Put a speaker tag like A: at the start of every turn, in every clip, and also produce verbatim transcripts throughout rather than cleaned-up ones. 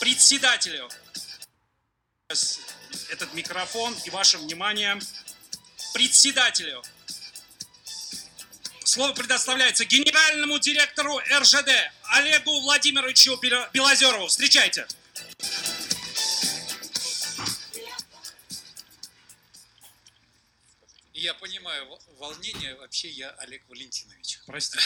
A: председателю этот микрофон и ваше внимание. Председателю слово предоставляется генеральному директору эр жэ дэ Олегу Владимировичу Белозерову. Встречайте.
B: Я понимаю волнение. Вообще я Олег Валентинович.
A: Простите.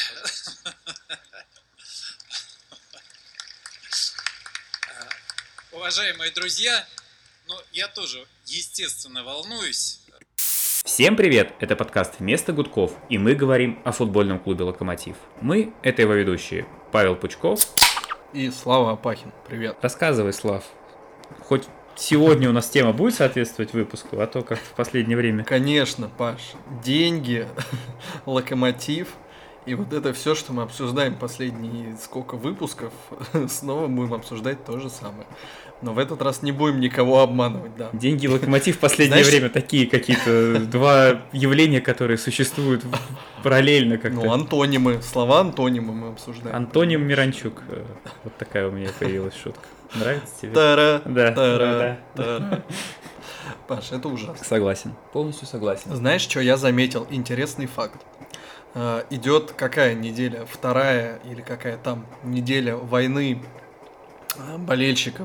B: Уважаемые друзья, ну, я тоже, естественно, волнуюсь.
C: Всем привет! Это подкаст «Вместо гудков», и мы говорим о футбольном клубе «Локомотив». Мы — это его ведущие Павел Пучков
D: и Слава Апахин. Привет.
C: Рассказывай, Слав. Хоть сегодня у нас тема будет соответствовать выпуску, а то как-то в последнее время.
D: Конечно, Паш. Деньги, Локомотив и вот это все, что мы обсуждаем последние сколько выпусков, снова будем обсуждать то же самое. Но в этот раз не будем никого обманывать, да.
C: Деньги и Локомотив в последнее
D: Знаешь,
C: время такие какие-то два явления, которые существуют параллельно как-то.
D: Ну, антонимы, слова антонимы мы обсуждаем.
C: Антоним Миранчук. Вот такая у меня появилась шутка. Нравится тебе?
D: Тара,
C: Да,
D: тара,
C: да,
D: тара. Паш, это ужасно.
C: Согласен. Полностью согласен.
D: Знаешь, что я заметил? Интересный факт. Uh, идет какая неделя? Вторая или какая там неделя войны болельщиков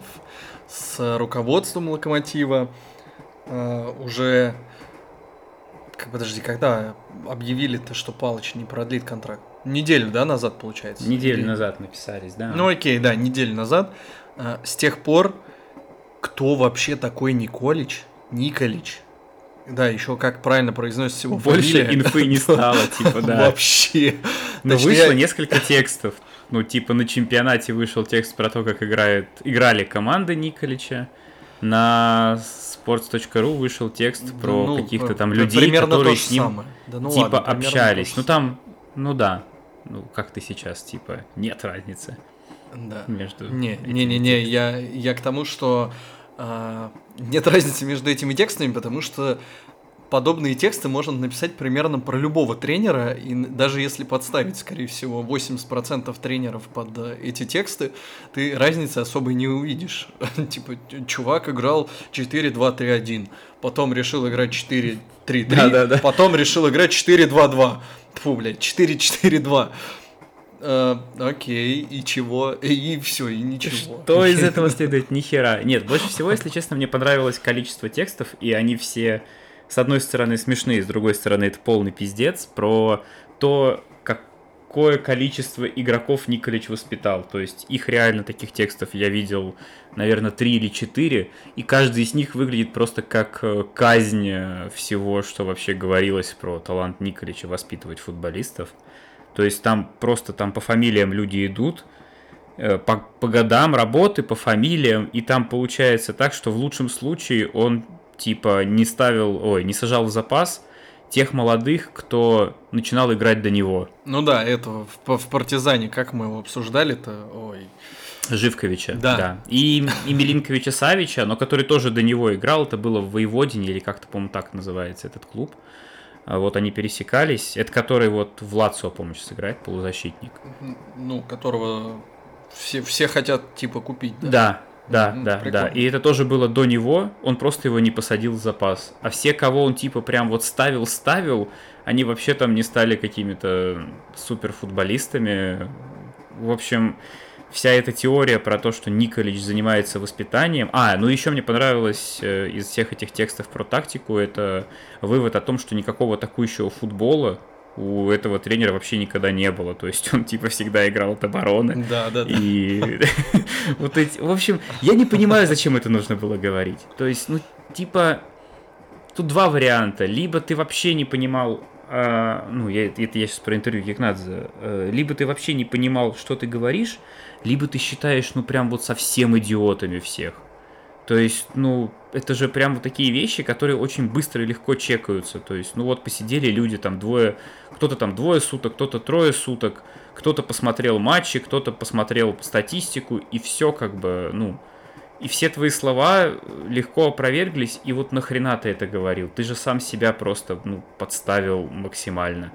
D: с руководством Локомотива. Uh, уже, подожди, когда объявили-то, что Палыч не продлит контракт? Неделю, да, назад, получается?
C: Неделю
D: Или...
C: назад написались, да.
D: Ну окей, да, неделю назад. Uh, с тех пор, кто вообще такой Николич? Николич? Да, еще как правильно произносится его
C: Больше
D: фамилия.
C: инфы не стало, типа, да.
D: Вообще.
C: Но вышло несколько текстов. Ну, типа, на чемпионате вышел текст про то, как играет, играли команды Николича. На спортс точка ру вышел текст
D: да,
C: про
D: ну,
C: каких-то там
D: да,
C: людей, которые с ним,
D: самое. Да, ну,
C: типа,
D: ладно,
C: общались. Ну, там, ну да. Ну, как ты сейчас, типа, нет разницы.
D: Да.
C: Между
D: не, не, не, не, я, я к тому, что а, нет разницы между этими текстами, потому что подобные тексты можно написать примерно про любого тренера, и даже если подставить, скорее всего, восемьдесят процентов тренеров под эти тексты, ты разницы особой не увидишь. Типа, чувак играл четыре два три один, потом решил играть четыре три три, да, да, да. Потом решил играть четыре два два. Тьфу, блядь, четыре четыре два. Uh, окей, и чего? И все, и ничего.
C: Что из этого следует? Ни хера. Нет, больше всего, если честно, мне понравилось количество текстов, и они все, с одной стороны, смешные, с другой стороны, это полный пиздец, про то, какое количество игроков Николич воспитал. То есть их реально таких текстов я видел, наверное, три или четыре, и каждый из них выглядит просто как казнь всего, что вообще говорилось про талант Николича воспитывать футболистов. То есть там просто там по фамилиям люди идут, по, по годам работы, по фамилиям, и там получается так, что в лучшем случае он типа не ставил, ой, не сажал в запас тех молодых, кто начинал играть до него.
D: Ну да, это в, в «Партизане», как мы его обсуждали-то, ой...
C: Живковича,
D: да.
C: да. И, и Милинковича Савича, но который тоже до него играл, это было в Воеводине, или как-то, по-моему, так называется этот клуб. Вот они пересекались. Это который вот в Лацио, по-моему, сейчас играет, полузащитник.
D: Ну, которого все, все хотят, типа, купить, да?
C: Да, да,
D: mm-hmm,
C: да,
D: прикольно.
C: да. И это тоже было до него, он просто его не посадил в запас. А все, кого он, типа, прям вот ставил-ставил, они вообще там не стали какими-то суперфутболистами. В общем... Вся эта теория про то, что Николич занимается воспитанием... А, ну еще мне понравилось э, из всех этих текстов про тактику, это вывод о том, что никакого атакующего футбола у этого тренера вообще никогда не было. То есть он типа всегда играл от обороны.
D: Да, да, да.
C: И вот эти... В общем, я не понимаю, зачем это нужно было говорить. То есть, ну, типа, тут два варианта. Либо ты вообще не понимал... А, ну, я, это я сейчас про интервью Кикнадзе. А, либо ты вообще не понимал, что ты говоришь, либо ты считаешь, ну, прям вот совсем идиотами всех. То есть, ну, это же прям вот такие вещи, которые очень быстро и легко чекаются. То есть, ну вот посидели люди там двое, кто-то там двое суток, кто-то трое суток, кто-то посмотрел матчи, кто-то посмотрел статистику, и все как бы, ну... И все твои слова легко опроверглись, и вот нахрена ты это говорил? Ты же сам себя просто, ну, подставил максимально.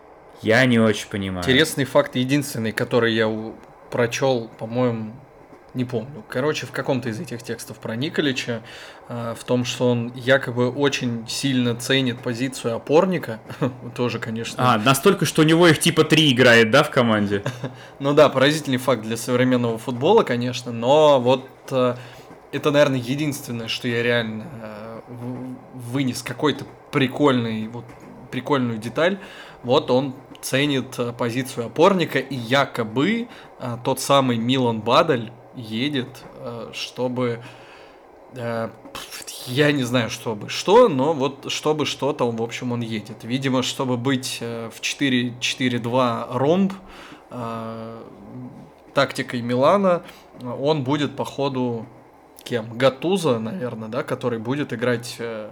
C: Я не очень понимаю.
D: Интересный факт, единственный, который я прочел, по-моему, Не помню. Короче, в каком-то из этих текстов про Николича, э, в том, что он якобы очень сильно ценит позицию опорника, тоже, конечно.
C: А, настолько, что у него их типа три играет, да, в команде?
D: Ну да, поразительный факт для современного футбола, конечно, но вот э, это, наверное, единственное, что я реально э, вынес какой-то прикольный, вот, прикольную деталь. Вот он ценит э, позицию опорника, и якобы э, тот самый Милан Бадель едет, э, чтобы... Э, я не знаю, чтобы что, но вот чтобы что-то, в общем, он едет. Видимо, чтобы быть э, в четыре четыре два ромб, э, тактикой Милана, он будет, походу, кем? Гатузо, наверное, да, который будет играть э,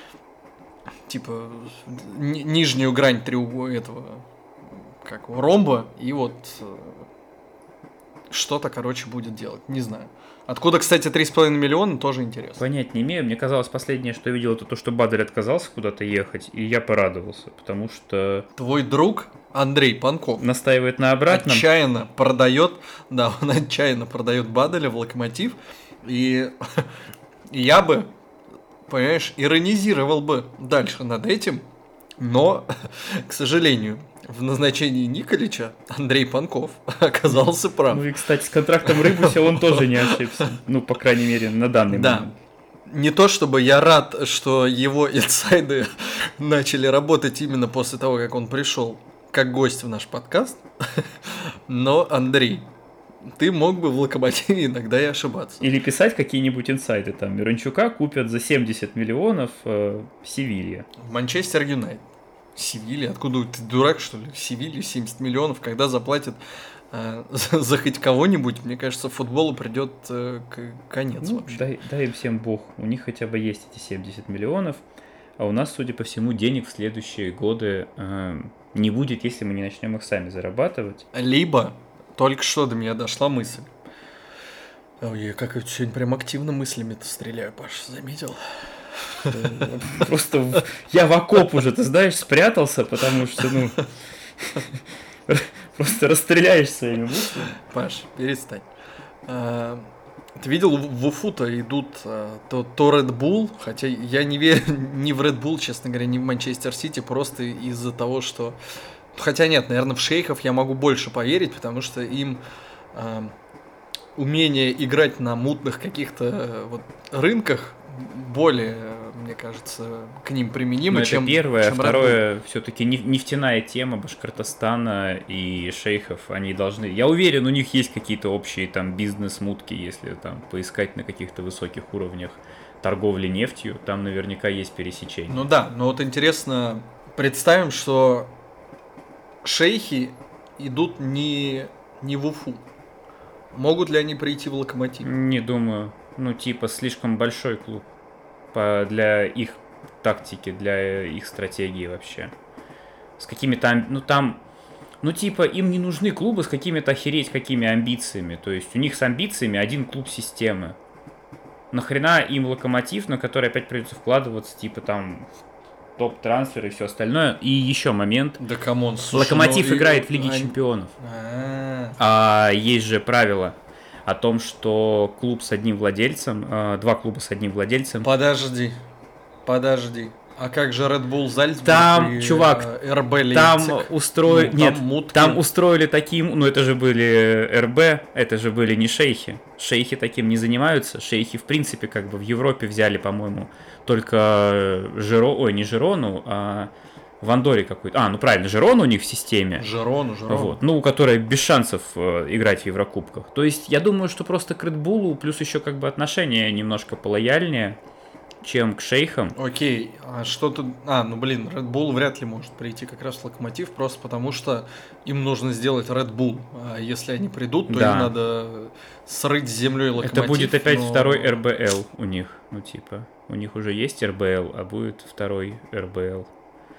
D: типа ни- нижнюю грань треугольника этого, как его, ромба, и вот э, что-то, короче, будет делать. Не знаю. Откуда, кстати, три с половиной миллиона, тоже интересно.
C: Понять не имею. Мне казалось, последнее, что я видел, это то, что Бадель отказался куда-то ехать, и я порадовался, потому что
D: Твой друг Андрей Панков
C: настаивает на обратном.
D: отчаянно продает, да, он отчаянно продает Баделя в Локомотив, и я бы, понимаешь, иронизировал бы дальше над этим, но, к сожалению, в назначении Николича Андрей Панков оказался прав.
C: Ну и, кстати, с контрактом Рыбуся он тоже не ошибся. Ну, по крайней мере, на данный
D: Да.
C: момент.
D: Не то чтобы я рад, что его инсайды начали работать именно после того, как он пришел как гость в наш подкаст, но, Андрей, ты мог бы в Локомотиве иногда и ошибаться.
C: Или писать какие-нибудь инсайды. Там Миранчука купят за семьдесят миллионов э, в Севилье.
D: В Манчестер Юнайтед. Севилья? Откуда ты дурак, что ли? Севилья семьдесят миллионов, когда заплатят э, за, за хоть кого-нибудь, мне кажется, футболу придет э, к- конец
C: Ну,
D: вообще.
C: дай, дай им всем бог. У них хотя бы есть эти семьдесят миллионов. А у нас, судя по всему, денег в следующие годы э, не будет, если мы не начнем их сами зарабатывать.
D: Либо, только что до меня дошла мысль. Ой, я как сегодня прям активно мыслями-то стреляю, Паш, заметил?
C: Просто в- я в окоп уже, ты знаешь, спрятался, потому что, ну, просто расстреляешь своими мыслями.
D: Паш, перестань. А, Ты видел, в в Уфу-то идут а, то, то Red Bull, хотя я не верю ни в Red Bull, честно говоря, ни в Манчестер Сити, просто из-за того, что... Хотя нет, наверное, в шейхов я могу больше поверить, потому что им а, умение играть на мутных каких-то э, вот рынках более, э, мне кажется, к ним применимо,
C: Ну, это
D: чем
C: первое, а
D: чем Red Bull.
C: второе, все-таки нефтяная тема Башкортостана и шейхов, они должны, я уверен, у них есть какие-то общие там бизнес-мутки, если там поискать на каких-то высоких уровнях торговли нефтью, там наверняка есть пересечение.
D: Ну да, но вот интересно, представим, что шейхи идут не, не в Уфу. Могут ли они прийти в Локомотив?
C: Не думаю, ну типа слишком большой клуб по, для их тактики, для их стратегии вообще. С какими-то, ам- ну там, ну типа им не нужны клубы с какими-то охереть какими амбициями, то есть у них с амбициями один клуб системы. Нахрена им Локомотив, на который опять придется вкладываться, типа там в топ-трансфер и все остальное. И еще момент.
D: Да камон, слушай,
C: Локомотив
D: ну и-
C: играет в Лиге
D: они-
C: Чемпионов.
D: А,
C: А есть же правило о том, что клуб с одним владельцем, э, два клуба с одним владельцем.
D: Подожди, подожди. А как же Red Bull Зальцбург
C: Там,
D: и
C: чувак,
D: э, эр бэ
C: Там
D: Лейпциг?
C: устроили,
D: Ну, там
C: нет,
D: мутки.
C: там устроили таким, ну это же были эр бэ, это же были не шейхи. Шейхи таким не занимаются. Шейхи в принципе как бы в Европе взяли, по-моему, только Жиро, ой, не Жирону, а в Андоре какой-то. А, ну правильно, Жирон у них в системе.
D: Жирон, Жирон.
C: Вот, ну, у которой без шансов э, играть в Еврокубках. То есть, я думаю, что просто к Red Bull плюс еще как бы отношение немножко полояльнее, чем к шейхам.
D: Окей, а что тут... А, ну блин, Red Bull вряд ли может прийти как раз в Локомотив, просто потому что им нужно сделать Red Bull. А если они придут, то
C: Да.
D: им надо срыть с землей Локомотив.
C: Это будет опять
D: но-
C: второй эр бэ эл у них. Ну, типа, у них уже есть эр бэ эл, а будет второй эр бэ эл.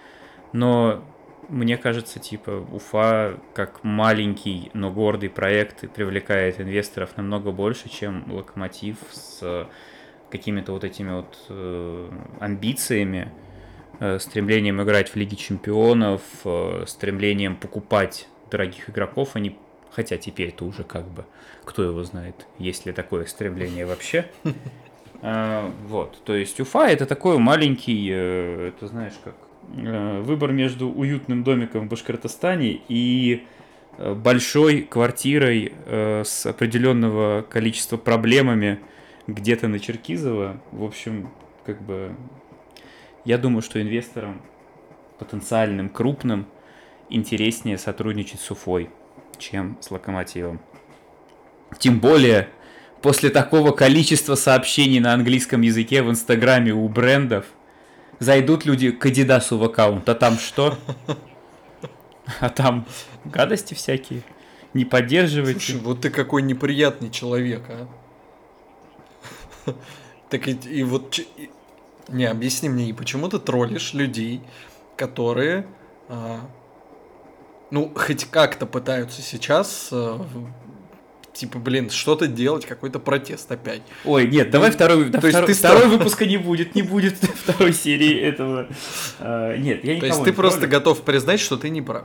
C: Но мне кажется, типа, Уфа как маленький, но гордый проект и привлекает инвесторов намного больше, чем Локомотив с какими-то вот этими вот э, амбициями, э, стремлением играть в Лиге Чемпионов, э, стремлением покупать дорогих игроков. Они Хотя теперь-то уже как бы, кто его знает, есть ли такое стремление вообще. А, вот, то есть Уфа это такой маленький, э, это знаешь как, э, выбор между уютным домиком в Башкортостане и э, большой квартирой э, с определенного количества проблемами где-то на Черкизово. В общем, как бы, я думаю, что инвесторам потенциальным, крупным, интереснее сотрудничать с Уфой, чем с Локомотивом. Тем более, после такого количества сообщений на английском языке в Инстаграме у брендов, зайдут люди к Адидасу в аккаунт, а там что? А там гадости всякие. Не поддерживайте.
D: Слушай, вот ты какой неприятный человек, а. Так и, и вот... И, не, объясни мне, и почему ты троллишь людей, которые... А, ну, хоть как-то пытаются сейчас... А, типа, блин, что-то делать, какой-то протест опять.
C: Ой, нет, давай второй,
D: то
C: второй,
D: есть ты
C: второй
D: стал...
C: выпуска не будет, не будет второй серии этого. А, нет, я никого не
D: То есть ты просто
C: троллю.
D: готов признать, что ты не прав.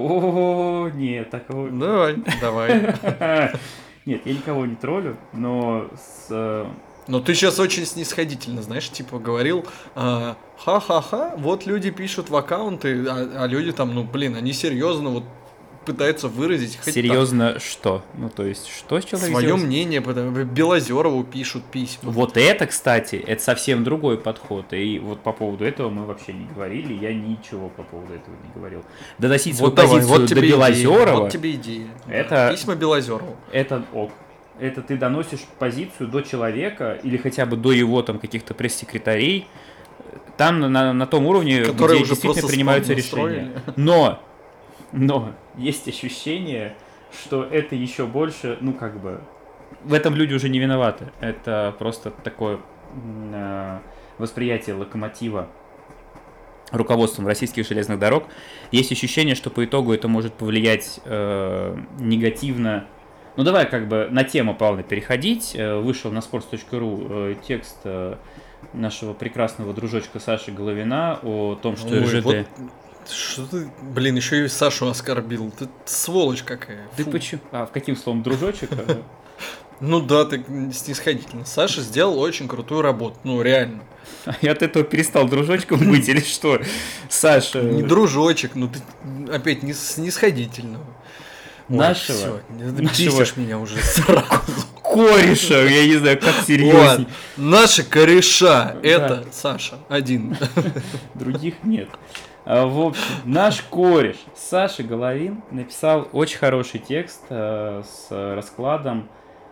C: О, нет, такого...
D: Давай, давай.
C: Нет, я никого не троллю, но с...
D: Но ты сейчас очень снисходительно, знаешь, типа говорил, а, ха-ха-ха, вот люди пишут в аккаунты, а, а люди там, ну, блин, они серьезно вот пытаются выразить хоть
C: Серьезно что? Ну, то есть, что человек
D: свое
C: сделал?
D: мнение, потому Белозерову пишут письма.
C: Вот это, кстати, это совсем другой подход. И вот по поводу этого мы вообще не говорили, я ничего по поводу этого не говорил. Доносить свою
D: Вот давай,
C: позицию
D: вот
C: до
D: тебе идея,
C: Белозерова,
D: вот тебе идея.
C: это-
D: Да, письма Белозерову.
C: это ок. Это ты доносишь позицию до человека или хотя бы до его там каких-то пресс-секретарей, там на, на том уровне,
D: Которые
C: где
D: уже
C: действительно
D: просто
C: принимаются
D: спам
C: решения.
D: настроили.
C: Но, но есть ощущение, что это еще больше, ну как бы, в этом люди уже не виноваты. Это просто такое м, э, восприятие Локомотива руководством российских железных дорог. Есть ощущение, что по итогу это может повлиять э, негативно. Ну давай как бы на тему плавно переходить. Э, Вышел на sports точка ру э, текст э, нашего прекрасного дружочка Саши Головина о том, что
D: Ой,
C: РЖД...
D: вот что ты, блин, еще и Сашу оскорбил. Ты сволочь какая.
C: Ты
D: Фу.
C: почему? А, в каким словом дружочек?
D: Ну да, ты снисходительно. Саша сделал очень крутую работу. Ну, реально.
C: Я от этого перестал дружочком быть или что? Саша...
D: Не дружочек, ну ты опять не снисходительно. Ой,
C: Нашего-
D: всё,
C: нашего-
D: бесишь меня уже сразу.
C: Кореша, я не знаю, как
D: Вот,
C: серьезней.
D: наши кореша,
C: Да.
D: это Саша, один.
C: Других нет. А, В общем, наш кореш Саша Головин написал очень хороший текст э, с раскладом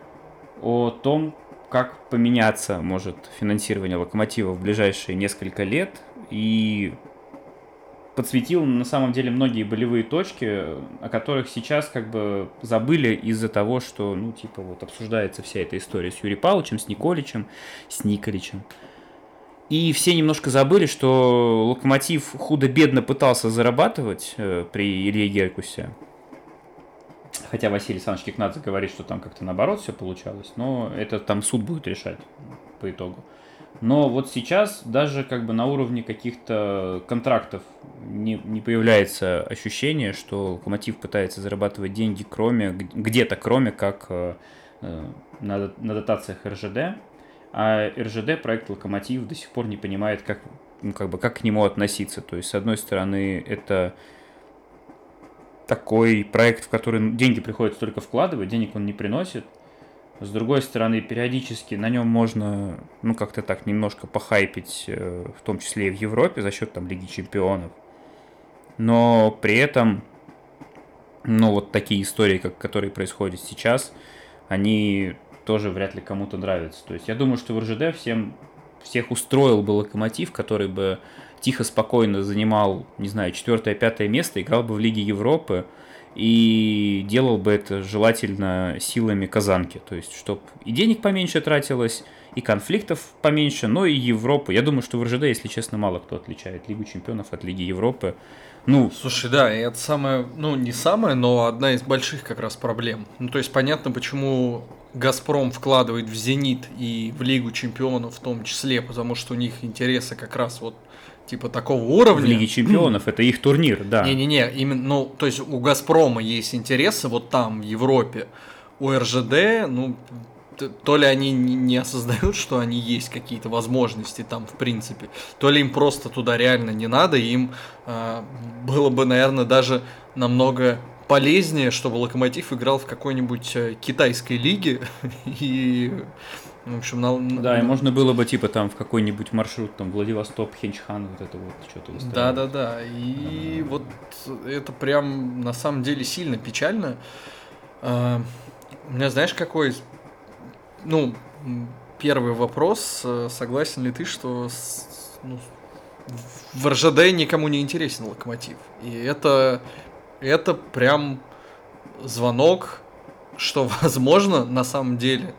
C: о том, как поменяться может финансирование Локомотива в ближайшие несколько лет, и подсветил на самом деле многие болевые точки, о которых сейчас как бы забыли из-за того, что, ну, типа, вот обсуждается вся эта история с Юрием Павловичем, с Николичем, с Николичем. И все немножко забыли, что Локомотив худо-бедно пытался зарабатывать э, при Илье Геркусе. Хотя Василий Александрович Кикнадзе говорит, что там как-то наоборот все получалось, но это там суд будет решать по итогу. Но вот сейчас даже как бы на уровне каких-то контрактов не, не появляется ощущение, что Локомотив пытается зарабатывать деньги кроме, где-то кроме как э, на, на дотациях РЖД. А РЖД, проект Локомотив, до сих пор не понимает, как, ну, как бы, как к нему относиться. То есть, с одной стороны, это такой проект, в который деньги приходится только вкладывать, денег он не приносит. С другой стороны, периодически на нем можно, ну, как-то так немножко похайпить, в том числе и в Европе, за счет там Лиги Чемпионов. Но при этом, ну, вот такие истории, как, которые происходят сейчас, они тоже вряд ли кому-то нравятся. То есть я думаю, что в РЖД всем, всех устроил бы Локомотив, который бы тихо, спокойно занимал, не знаю, четвертое-пятое место, играл бы в Лиге Европы и делал бы это желательно силами Казанки. То есть, чтобы и денег поменьше тратилось, и конфликтов поменьше, но и Европы. Я думаю, что в РЖД, если честно, мало кто отличает Лигу Чемпионов от Лиги Европы. Ну,
D: Слушай, да, и это самое, ну не самое, но одна из больших как раз проблем. Ну то есть понятно, почему Газпром вкладывает в Зенит и в Лигу Чемпионов в том числе, потому что у них интересы как раз вот типа такого уровня.
C: в Лиге Чемпионов это их турнир, да.
D: Не-не-не, именно, ну, то есть у Газпрома есть интересы вот там, в Европе. У РЖД, ну, т- то ли они не не осознают, что они есть какие-то возможности там, в принципе, то ли им просто туда реально не надо, и им а, было бы, наверное, даже намного полезнее, чтобы Локомотив играл в какой-нибудь э, китайской лиге и, в общем, на, на-
C: Да, и
D: на-
C: можно было бы типа там в какой-нибудь маршрут, там Владивосток, Хенчхан, вот это вот что-то выстраивать.
D: Да, да, да. И вот это прям на самом деле сильно печально. А, У меня, знаешь, какой, ну, м, первый вопрос, э, согласен ли ты, что с- ну, в РЖД никому не интересен Локомотив? И это, это прям звонок, что, возможно, на самом деле,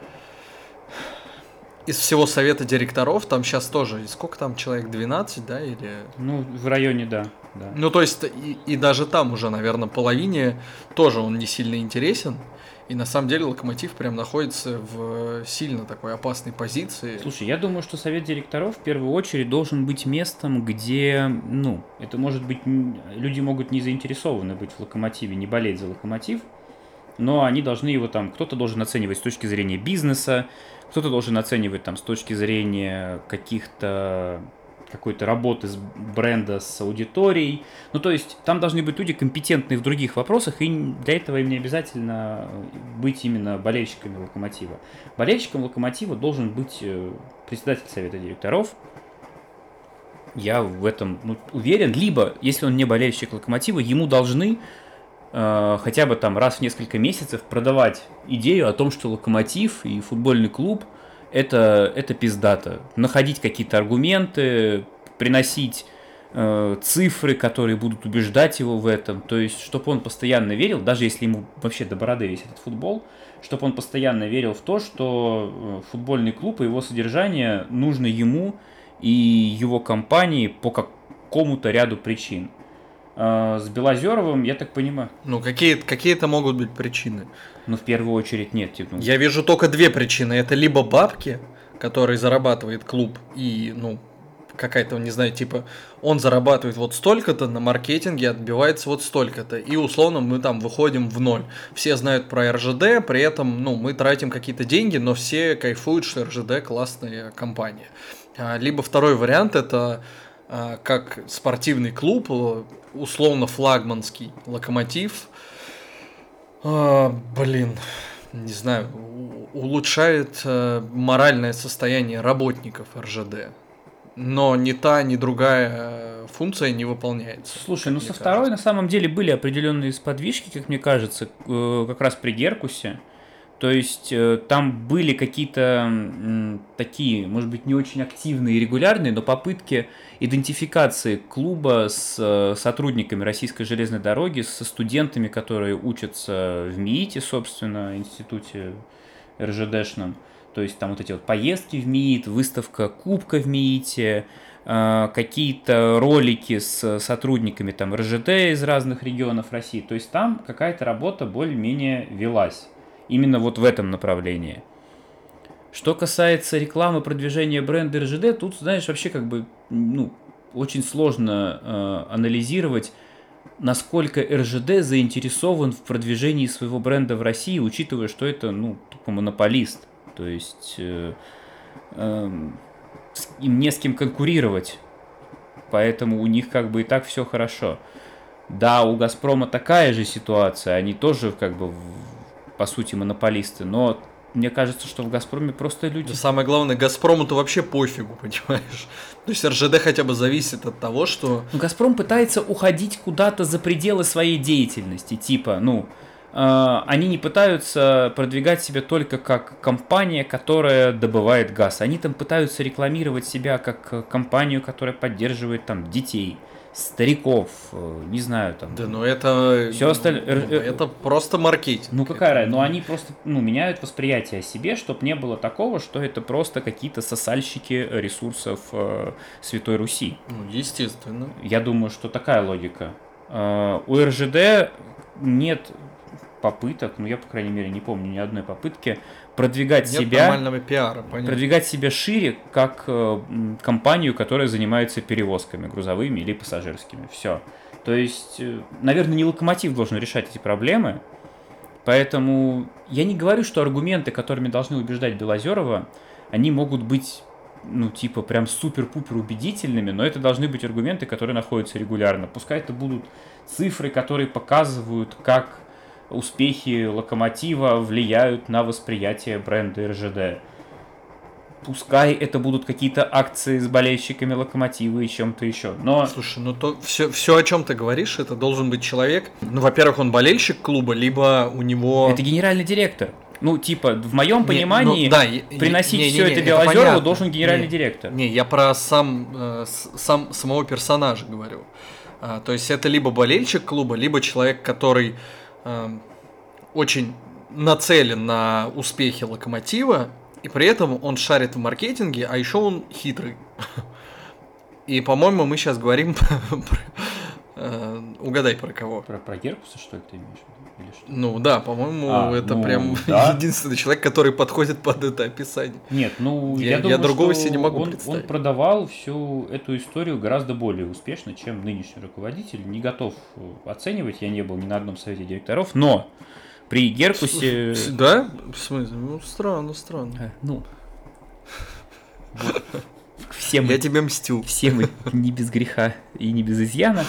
D: из всего совета директоров, там сейчас тоже, сколько там человек, двенадцать, да, или...
C: Ну, в районе, да. да.
D: Ну, то есть, и, и даже там уже, наверное, половине тоже он не сильно интересен. И на самом деле Локомотив прям находится в сильно такой опасной позиции.
C: Слушай, я думаю, что совет директоров в первую очередь должен быть местом, где, ну, это может быть, н- люди могут не заинтересованы быть в Локомотиве, не болеть за Локомотив, но они должны его там, кто-то должен оценивать с точки зрения бизнеса, кто-то должен оценивать там с точки зрения каких-то какой-то работы с бренда, с аудиторией. Ну, то есть, там должны быть люди компетентные в других вопросах, и для этого им не обязательно быть именно болельщиками Локомотива. Болельщиком Локомотива должен быть э, председатель совета директоров. Я в этом ну, уверен. Либо, если он не болельщик Локомотива, ему должны э, хотя бы там раз в несколько месяцев продавать идею о том, что Локомотив и футбольный клуб это, это пиздато. Находить какие-то аргументы, приносить э, цифры, которые будут убеждать его в этом. То есть, чтобы он постоянно верил, даже если ему вообще до бороды весь этот футбол, чтобы он постоянно верил в то, что футбольный клуб и его содержание нужно ему и его компании по какому-то ряду причин. Э, с Белозеровым, я так понимаю,
D: Ну, какие, какие-то могут быть причины.
C: ну, в первую очередь нет. Типа,
D: Я вижу только две причины. Это либо бабки, которые зарабатывает клуб, и, ну, какая-то, не знаю, типа, он зарабатывает вот столько-то, на маркетинге отбивается вот столько-то, и условно мы там выходим в ноль. Все знают про РЖД, при этом, ну, мы тратим какие-то деньги, но все кайфуют, что РЖД классная компания. А, Либо второй вариант, это а, как спортивный клуб, э, условно флагманский Локомотив, а, блин, не знаю, у- улучшает э, моральное состояние работников РЖД. Но ни та, ни другая э, функция не выполняется.
C: Слушай,
D: как
C: ну
D: мне
C: со второй
D: кажется.
C: на самом деле были определенные сподвижки, как мне кажется, э, как раз при Геркусе. То есть э, там были какие-то м, такие, может быть, не очень активные и регулярные, но попытки идентификации клуба с э, сотрудниками Российской железной дороги, со студентами, которые учатся в МИИТе, собственно, институте РЖДшном. То есть там вот эти вот поездки в МИИТ, выставка кубка в МИИТе, э, какие-то ролики с сотрудниками там РЖД из разных регионов России. То есть там какая-то работа более-менее велась. Именно вот в этом направлении. Что касается рекламы, продвижения бренда РЖД, тут, знаешь, вообще как бы, ну, очень сложно э, анализировать, насколько РЖД заинтересован в продвижении своего бренда в России, учитывая, что это, ну, тупо монополист. То есть э, э, с- им не с кем конкурировать. Поэтому у них как бы и так все хорошо. Да, у Газпрома такая же ситуация, они тоже как бы в- по сути монополисты, но мне кажется, что в Газпроме просто люди...
D: Да самое главное, Газпрому-то вообще пофигу, понимаешь? То есть РЖД хотя бы зависит от того, что...
C: Ну, Газпром пытается уходить куда-то за пределы своей деятельности, типа, ну, э, они не пытаются продвигать себя только как компания, которая добывает газ, они там пытаются рекламировать себя как э, компанию, которая поддерживает там детей, стариков, э, не знаю, там.
D: Да, ну это...
C: Всё осталь-
D: ну,
C: э, э,
D: это просто маркетинг.
C: Ну какая разница? Ну они просто ну, меняют восприятие о себе, чтобы не было такого, что это просто какие-то сосальщики ресурсов э, Святой Руси.
D: Ну, естественно.
C: Я думаю, что такая логика. Э, у эр жэ дэ нет попыток, ну я, по крайней мере, не помню ни одной попытки продвигать
D: Нет
C: себя,
D: нормального пиара, понятно.
C: продвигать себя шире, как э, м, компанию, которая занимается перевозками грузовыми или пассажирскими. Все. То есть, э, наверное, не Локомотив должен решать эти проблемы, поэтому я не говорю, что аргументы, которыми должны убеждать Белозерова, они могут быть, ну, типа, прям супер-пупер убедительными, но это должны быть аргументы, которые находятся регулярно. Пускай это будут цифры, которые показывают, как успехи Локомотива влияют на восприятие бренда эр жэ дэ. Пускай это будут какие-то акции с болельщиками Локомотива и чем-то еще. Но...
D: Слушай, ну то все, все, о чем ты говоришь, это должен быть человек. Ну, во-первых, он болельщик клуба, либо у него.
C: Это генеральный директор. Ну, типа, в моем понимании,
D: не, ну, да,
C: приносить
D: не, не,
C: все
D: не,
C: это
D: это
C: Белозерову
D: понятно.
C: должен генеральный
D: Не,
C: директор.
D: Не, я про сам, э, сам самого персонажа говорю. А, то есть это либо болельщик клуба, либо человек, который э, очень нацелен на успехи Локомотива, и при этом он шарит в маркетинге, а еще он хитрый. И, по-моему, мы сейчас говорим угадай про кого.
C: Про, про Геркуса, что ли, ты имеешь в виду? Или что?
D: Ну да, по-моему,
C: А,
D: это
C: ну,
D: прям
C: да.
D: единственный человек, который подходит под это описание.
C: Нет, ну
D: Я-
C: я,
D: я
C: думаю,
D: другого
C: что
D: себе не могу
C: он,
D: представить.
C: он продавал всю эту историю гораздо более успешно, чем нынешний руководитель. Не готов э, оценивать, я не был ни на одном совете директоров, но при Геркусе...
D: Да? В смысле? Ну, странно, странно.
C: Э, Ну, вот. Все мы
D: Я тебе мстю.
C: все мы не без греха и не без изъяна.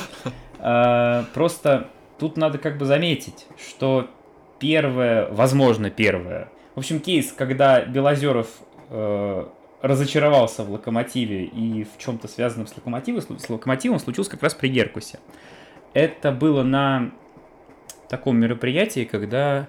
C: А, Просто тут надо как бы заметить, что первое, возможно, первое. В общем, кейс, когда Белозеров э, разочаровался в Локомотиве и в чем-то связанном с Локомотивом, с Локомотивом случился как раз при Геркусе. Это было на таком мероприятии, когда...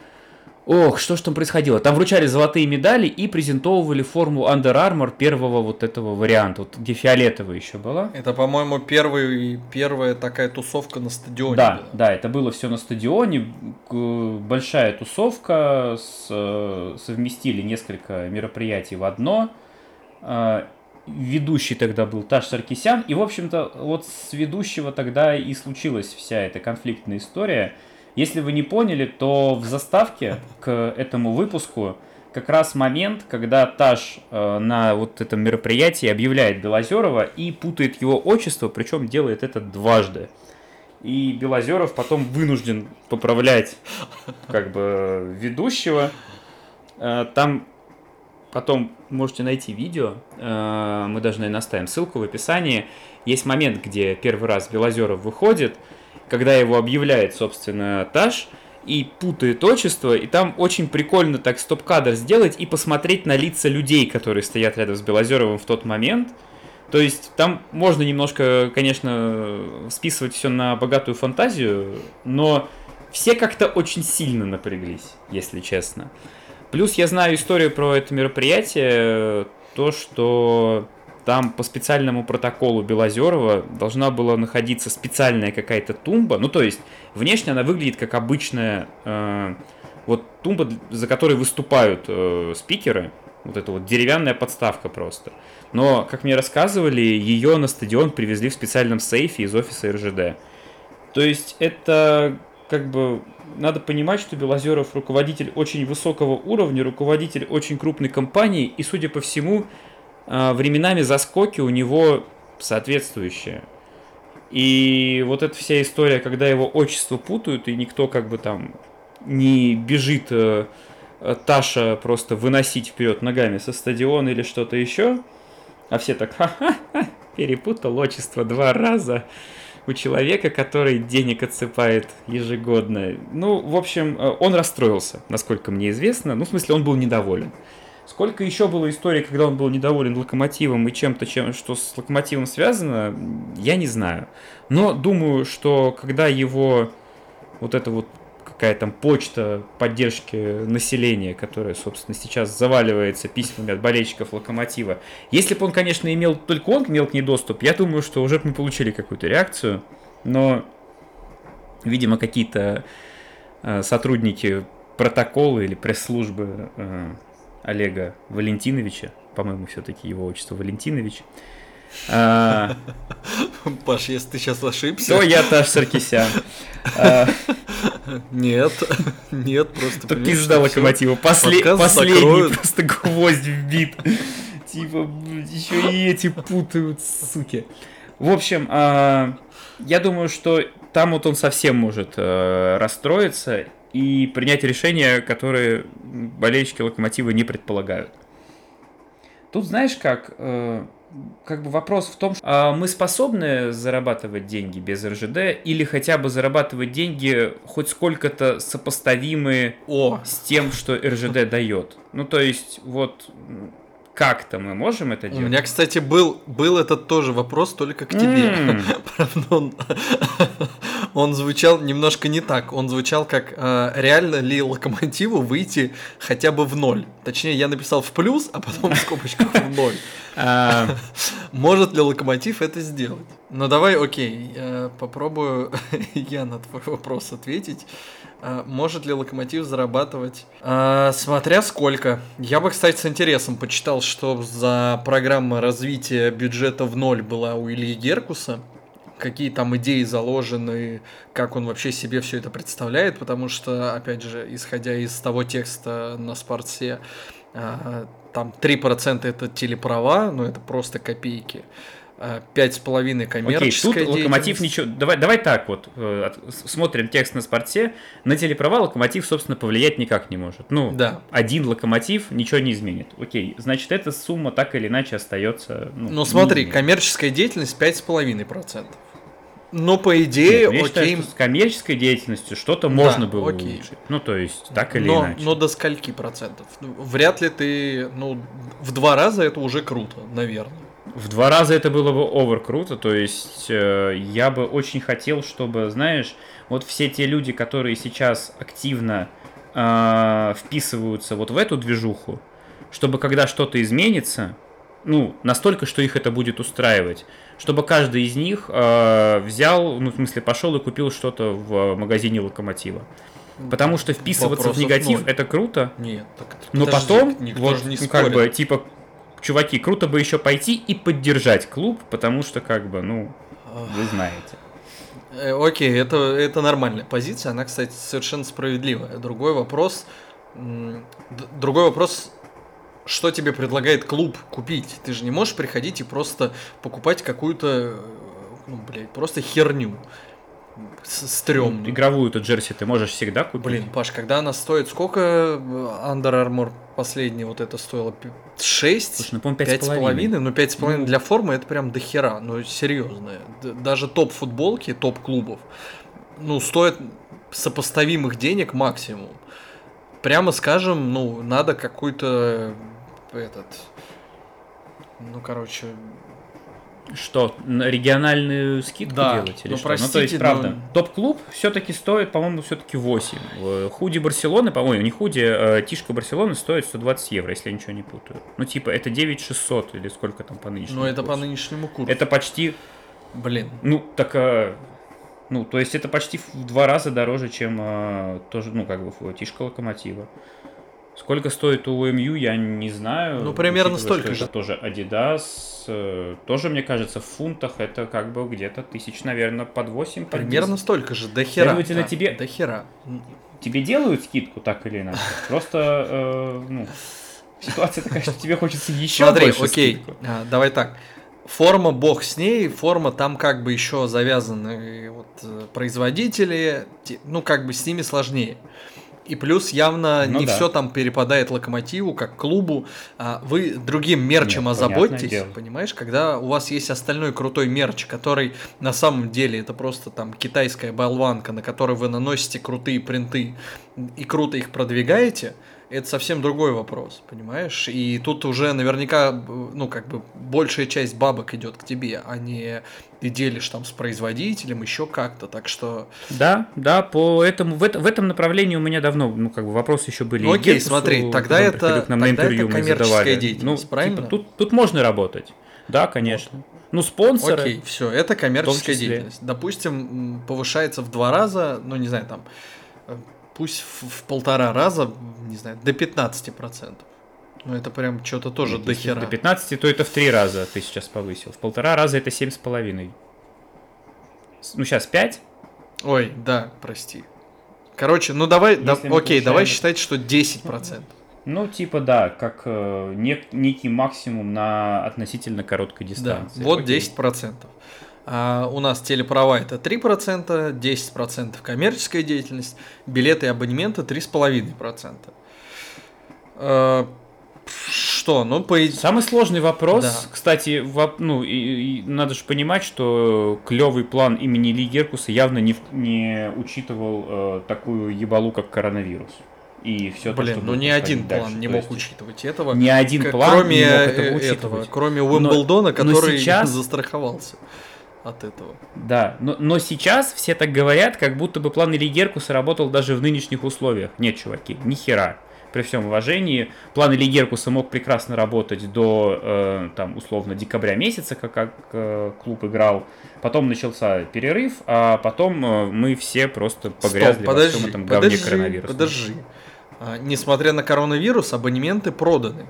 C: Ох, что ж там происходило? Там вручали золотые медали и презентовывали форму Under Armour первого вот этого варианта, вот где фиолетовая еще была.
D: Это, по-моему, первый, первая такая тусовка на стадионе.
C: Да,
D: была.
C: да, это было все на стадионе, к- большая тусовка, с- э, совместили несколько мероприятий в одно. Э, Ведущий тогда был Таш Саркисян, и, в общем-то, вот с ведущего тогда и случилась вся эта конфликтная история. Если вы не поняли, то в заставке к этому выпуску как раз момент, когда Таш э, на вот этом мероприятии объявляет Белозерова и путает его отчество, причем делает это дважды. И Белозеров потом вынужден поправлять как бы ведущего. Э, Там потом можете найти видео, э, мы даже, наверное, оставим ссылку в описании. Есть момент, где первый раз Белозеров выходит, когда его объявляет, собственно, Таш, и путает отчество, и там очень прикольно так стоп-кадр сделать и посмотреть на лица людей, которые стоят рядом с Белозеровым в тот момент. То есть там можно немножко, конечно, списывать все на богатую фантазию, но все как-то очень сильно напряглись, если честно. Плюс я знаю историю про это мероприятие, то, что там по специальному протоколу Белозерова должна была находиться специальная какая-то тумба. Ну, то есть, внешне она выглядит как обычная э, вот тумба, за которой выступают э, спикеры. Вот это вот деревянная подставка просто. Но, как мне рассказывали, ее на стадион привезли в специальном сейфе из офиса эр жэ дэ. То есть, это как бы... Надо понимать, что Белозеров руководитель очень высокого уровня, руководитель очень крупной компании, и, судя по всему, временами заскоки у него соответствующие. И вот эта вся история, когда его отчество путают, и никто как бы там не бежит э, Таша просто выносить вперед ногами со стадиона или что-то еще, а все так ха-ха-ха, перепутал отчество два раза у человека, который денег отсыпает ежегодно. Ну, в общем, он расстроился, насколько мне известно. Ну, в смысле, он был недоволен. Сколько еще было историй, когда он был недоволен Локомотивом и чем-то, чем, что с Локомотивом связано, я не знаю. Но думаю, что когда его вот это вот какая там почта поддержки населения, которая, собственно, сейчас заваливается письмами от болельщиков Локомотива. Если бы он, конечно, имел, только он имел к ней доступ, я думаю, что уже бы мы получили какую-то реакцию, но, видимо, какие-то э, сотрудники протокола или пресс-службы э, Олега Валентиновича, по-моему, все-таки его отчество Валентинович, А,
D: Паш, если ты сейчас ошибся...
C: то я Таш Саркисян.
D: Нет, нет, просто...
C: То пизда Локомотива. Последний просто гвоздь вбит. Типа, еще и эти путают, суки. В общем, я думаю, что там вот он совсем может расстроиться и принять решения, которые болельщики Локомотива не предполагают. Тут знаешь как... Как бы вопрос в том, что мы способны зарабатывать деньги без эр жэ дэ или хотя бы зарабатывать деньги хоть сколько-то сопоставимые
D: О.
C: с тем, что эр жэ дэ дает. Ну, то есть, вот как-то мы можем это делать?
D: У меня, кстати, был, был этот тоже вопрос только к тебе.
C: Mm.
D: Правда, он, он звучал немножко не так. Он звучал как, э, реально ли Локомотиву выйти хотя бы в ноль. Точнее, я написал в плюс, а потом в скобочках в ноль. Может ли Локомотив это сделать? Ну давай, окей, я попробую я на твой вопрос ответить. Может ли Локомотив зарабатывать? А, смотря сколько. Я бы, кстати, с интересом почитал, что за программа развития бюджета в ноль была у Ильи Геркуса. Какие там идеи заложены, как он вообще себе все это представляет, потому что, опять же, исходя из того текста на Спорте, там три процента это телеправа, но это просто копейки. пять с половиной коммерческая
C: Окей, тут Локомотив ничего... Давай, давай так вот, э, смотрим текст на Спорте. На телеправа Локомотив, собственно, повлиять никак не может. Ну,
D: да.
C: Один Локомотив ничего не изменит. Окей, значит, эта сумма так или иначе остается... Ну,
D: ну смотри,
C: не
D: коммерческая деятельность пять с половиной процентов. Но по идее,
C: Нет,
D: окей...
C: Считаю, что с коммерческой деятельностью что-то можно
D: да,
C: было
D: окей.
C: улучшить. Ну, то есть, так или
D: но,
C: иначе.
D: Но до скольки процентов? Вряд ли ты... Ну, в два раза это уже круто, наверное.
C: В два раза это было бы овер круто, то есть э, я бы очень хотел, чтобы, знаешь, вот все те люди, которые сейчас активно э, вписываются вот в эту движуху, чтобы когда что-то изменится, ну, настолько, что их это будет устраивать, чтобы каждый из них э, взял, ну, в смысле, пошел и купил что-то в магазине Локомотива. Потому что вписываться
D: Вопросов
C: в негатив ноль.
D: это
C: круто,
D: Нет, так,
C: но
D: подожди,
C: потом,
D: никто
C: вот,
D: же не
C: ну, как
D: спорит.
C: бы, типа, чуваки, круто бы еще пойти и поддержать клуб, потому что, как бы, ну, вы знаете.
D: Э, Окей, это, это нормальная позиция, она, кстати, совершенно справедливая. Другой вопрос, м, д- другой вопрос, что тебе предлагает клуб купить? Ты же не можешь приходить и просто покупать какую-то, э, ну, блядь, просто херню. С- Стрёмную.
C: Игровую-то джерси ты можешь всегда купить.
D: Блин, Паш, когда она стоит, сколько э, Under Armour последний вот это стоило? шесть?
C: Слушай, ну, по-моему,
D: пять
C: пять
D: с
C: с половиной.
D: половиной? Ну, пять с половиной
C: Ну.
D: для формы это прям дохера, ну, серьезно. Д- Даже топ-футболки, топ-клубов, ну, стоят сопоставимых денег максимум. Прямо скажем, ну, надо какой-то э, этот, ну, короче,
C: Что, на региональную скидку
D: Да,
C: делать или
D: ну,
C: что? ну, то
D: простите,
C: есть, правда,
D: но-
C: топ-клуб все-таки стоит, по-моему, все-таки восемь. Э, Худи Барселоны, по-моему, не худи, а тишка Барселоны стоит сто двадцать евро, если я ничего не путаю. Ну, типа, это девять тысяч шестьсот или сколько там по нынешнему
D: ну, это по
C: курсу.
D: нынешнему курсу.
C: Это почти,
D: Блин,
C: ну, так, а, ну, то есть, это почти в два раза дороже, чем а, тоже, ну, как бы, тишка Локомотива. Сколько стоит у эм ю, я не знаю.
D: Ну, примерно
C: учитывая,
D: столько
C: что
D: же.
C: это тоже Adidas. э, Тоже, мне кажется, в фунтах это как бы где-то тысяч, наверное, под восемь, под
D: примерно
C: десять.
D: столько же, до хера.
C: Следовательно,
D: да,
C: тебе-
D: До хера.
C: Тебе делают скидку так или иначе? Просто, э, ну, ситуация такая, что тебе хочется еще
D: Смотри,
C: больше
D: окей,
C: скидку.
D: а, давай так. Форма, бог с ней, форма там как бы еще завязаны вот, э, производители, те- ну как бы с ними сложнее. И плюс явно
C: Ну
D: не
C: да.
D: все там перепадает Локомотиву, как клубу. А вы другим мерчем
C: Нет, понятное
D: озаботьтесь,
C: дело.
D: понимаешь, когда у вас есть остальной крутой мерч, который на самом деле это просто там китайская болванка, на которой вы наносите крутые принты и круто их продвигаете, это совсем другой вопрос, понимаешь? И тут уже наверняка, ну, как бы, большая часть бабок идет к тебе, а не ты делишь там с производителем, еще как-то, так что...
C: Да, да, по этому, в, это, в этом направлении у меня давно, ну, как бы, вопросы еще были.
D: Ну, окей,
C: Геркусу,
D: смотри, тогда
C: он
D: это,
C: приходил к нам на
D: тогда
C: интервью,
D: это
C: мы
D: коммерческая
C: задавали.
D: деятельность,
C: Ну,
D: правильно?
C: типа, тут, тут можно работать, да, конечно. Вот. Ну, спонсоры.
D: Окей, все, это коммерческая
C: в том числе.
D: деятельность. Допустим, повышается в два раза, ну, не знаю, там, пусть в, в полтора раза, не знаю, до пятнадцати процентов. Ну, это прям что-то тоже
C: Нет,
D: до
C: если
D: хера.
C: До пятнадцати, то это в три раза ты сейчас повысил. В полтора раза это семь с половиной. Ну, сейчас пять.
D: Ой, да, прости. Короче, ну давай, да, окей,
C: получаем...
D: давай считать, что десять процентов.
C: Ну, типа, да, как э, нек- некий максимум на относительно короткой дистанции.
D: Да, вот
C: окей.
D: десять процентов. А у нас телеправа это три процента, десять процентов коммерческая деятельность, билеты и абонементы три с половиной процента. А, что, ну по идее...
C: Самый сложный вопрос,
D: Да.
C: кстати, воп- ну, и, и надо же понимать, что клевый план имени Ли Геркуса явно не, в- не учитывал э, такую ебалу, как коронавирус. И все
D: Блин,
C: то, что
D: ну
C: будет
D: ни
C: происходить
D: один
C: дальше.
D: план не
C: То
D: мог
C: есть
D: учитывать этого.
C: Ни один
D: к-
C: план
D: кроме
C: не мог этого
D: э,
C: учитывать.
D: кроме Уимблдона,
C: но
D: который
C: сейчас-
D: застраховался от этого.
C: Да, но, но сейчас все так говорят, как будто бы план Ли Геркуса работал даже в нынешних условиях. Нет, чуваки, ни хера. При всем уважении, план Ли Геркуса мог прекрасно работать до, э, там, условно, декабря месяца, как, как э, клуб играл. Потом начался перерыв, а потом э, мы все просто погрязли
D: Стоп,
C: во
D: подожди,
C: всем этом говне
D: подожди,
C: коронавируса.
D: подожди. А, несмотря на коронавирус, абонементы проданы.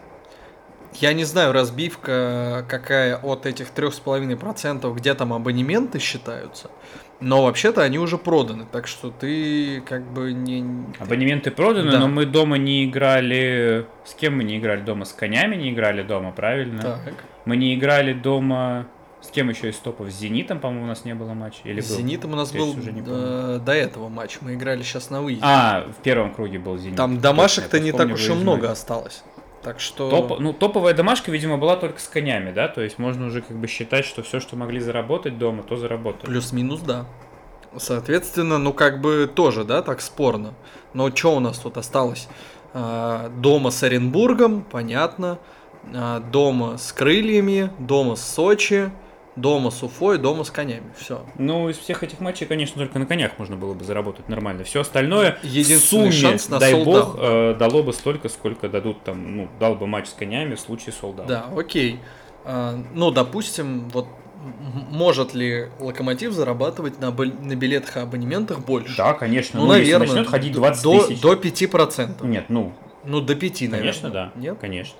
D: Я не знаю, разбивка какая от этих трех с половиной процентов, где там абонементы считаются, но вообще-то они уже проданы, так что ты как бы не...
C: Абонементы проданы,
D: Да.
C: но мы дома не играли... С кем мы не играли дома? С конями не играли дома, правильно?
D: Так.
C: Мы не играли дома... С кем еще из топов? С Зенитом, по-моему, у нас не было матча? Или
D: С
C: был?
D: Зенитом у нас
C: Я
D: был
C: уже не помню.
D: э, до этого матч, мы играли сейчас на выезде.
C: А, в первом круге был Зенит.
D: Там
C: Точно,
D: домашек-то
C: я
D: не так
C: вспомнил
D: уж и
C: выездной.
D: много осталось. Так что...
C: Топ, ну, топовая домашка, видимо, была только с конями, да? То есть можно уже как бы считать, что все, что могли заработать дома, то заработали.
D: Плюс-минус, да. Соответственно, ну как бы тоже, да, так спорно. Но что у нас тут осталось? А, дома с Оренбургом, понятно. А, дома с Крыльями, дома с Сочи, дома с Уфой, дома с конями. Все.
C: Ну, из всех этих матчей, конечно, только на конях можно было бы заработать нормально. Все остальное
D: Единственный
C: в сумме,
D: шанс на
C: дай
D: sold
C: бог,
D: out.
C: э, дало бы столько, сколько дадут там, ну, дал бы матч с конями в случае солдата.
D: Да, окей. А, ну, допустим, вот м- может ли Локомотив зарабатывать на, або- на билетах и абонементах больше?
C: Да, конечно.
D: Ну,
C: Ну, если
D: наверное,
C: начнет ходить
D: до-
C: двадцать
D: до,
C: тысяч.
D: до пяти процентов.
C: Нет, ну,
D: Ну, до пяти, наверное.
C: конечно, да.
D: Нет?
C: Конечно.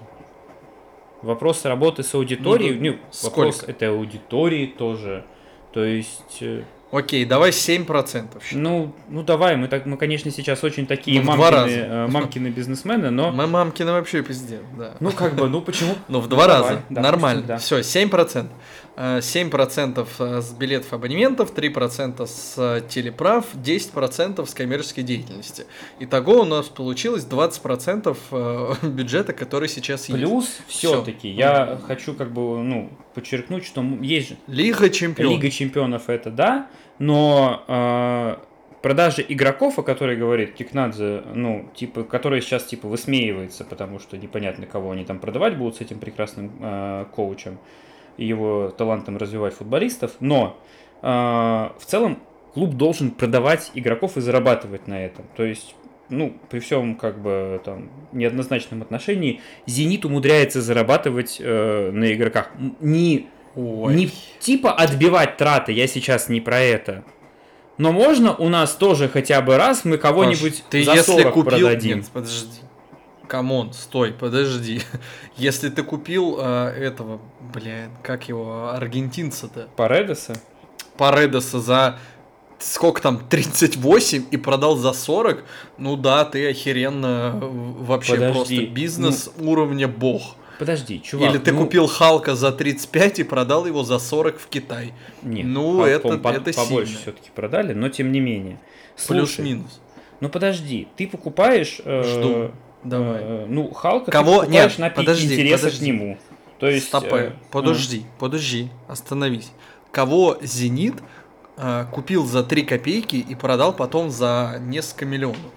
C: Вопрос работы с аудиторией,
D: Ну,
C: ну, вопрос
D: сколько?
C: этой аудитории тоже. То есть, э,
D: Окей, давай семь процентов. считай.
C: ну, ну давай, мы так, мы, конечно, сейчас очень такие
D: Ну, в два
C: мамкины,
D: раза.
C: э, мамкины бизнесмены, но,
D: Мы мамкины вообще пиздец, да.
C: ну как бы, ну почему?
D: Ну, в два
C: Ну,
D: раза.
C: давай, допустим,
D: Нормально.
C: да.
D: Все, семь процентов. Э, семь процентов с билетов и абонементов, три процента с телеправ, десять процентов с коммерческой деятельности. Итого у нас получилось двадцать процентов э, бюджета, который сейчас есть.
C: Плюс все-таки я хочу как бы, ну, подчеркнуть, что м- есть же
D: Лига чемпионов.
C: Лига чемпионов, это да, но э, продажи игроков, о которой говорит Кикнадзе, ну, типа, которая сейчас типа высмеивается, потому что непонятно, кого они там продавать будут с этим прекрасным э, коучем и его талантом развивать футболистов, но э, в целом клуб должен продавать игроков и зарабатывать на этом. То есть, ну, при всем как бы там неоднозначном отношении, Зенит умудряется зарабатывать э, на игроках. М, Не,
D: Ой.
C: не типа отбивать траты, я сейчас не про это. Но можно у нас тоже хотя бы раз мы кого-нибудь
D: Паш, ты
C: за
D: если
C: сорок
D: купил...
C: продадим.
D: Нет, подожди. Камон, стой, подожди. Если ты купил э, этого, блин, как его, аргентинца-то,
C: Паредеса?
D: Паредоса за сколько там, тридцать восемь и продал за сорок, ну да, ты охеренно э, вообще
C: Подожди,
D: просто бизнес уровня бог.
C: Подожди, чувак.
D: Или ты
C: ну,
D: купил Халка за тридцать пять и продал его за сорок в Китай.
C: Нет,
D: ну,
C: Халк,
D: это-
C: по-моему, по-
D: это
C: побольше
D: сильно.
C: все-таки продали, но тем не менее. Слушай,
D: Плюс-минус.
C: ну подожди, ты покупаешь... э,
D: Жду. Давай.
C: э, ну, Халка
D: Кого?
C: ты покупаешь
D: Нет,
C: на пике
D: подожди,
C: интереса
D: подожди.
C: к нему. То есть...
D: Стопэ,
C: э,
D: подожди, подожди, остановись. Кого Зенит э, купил за три копейки и продал потом за несколько миллионов?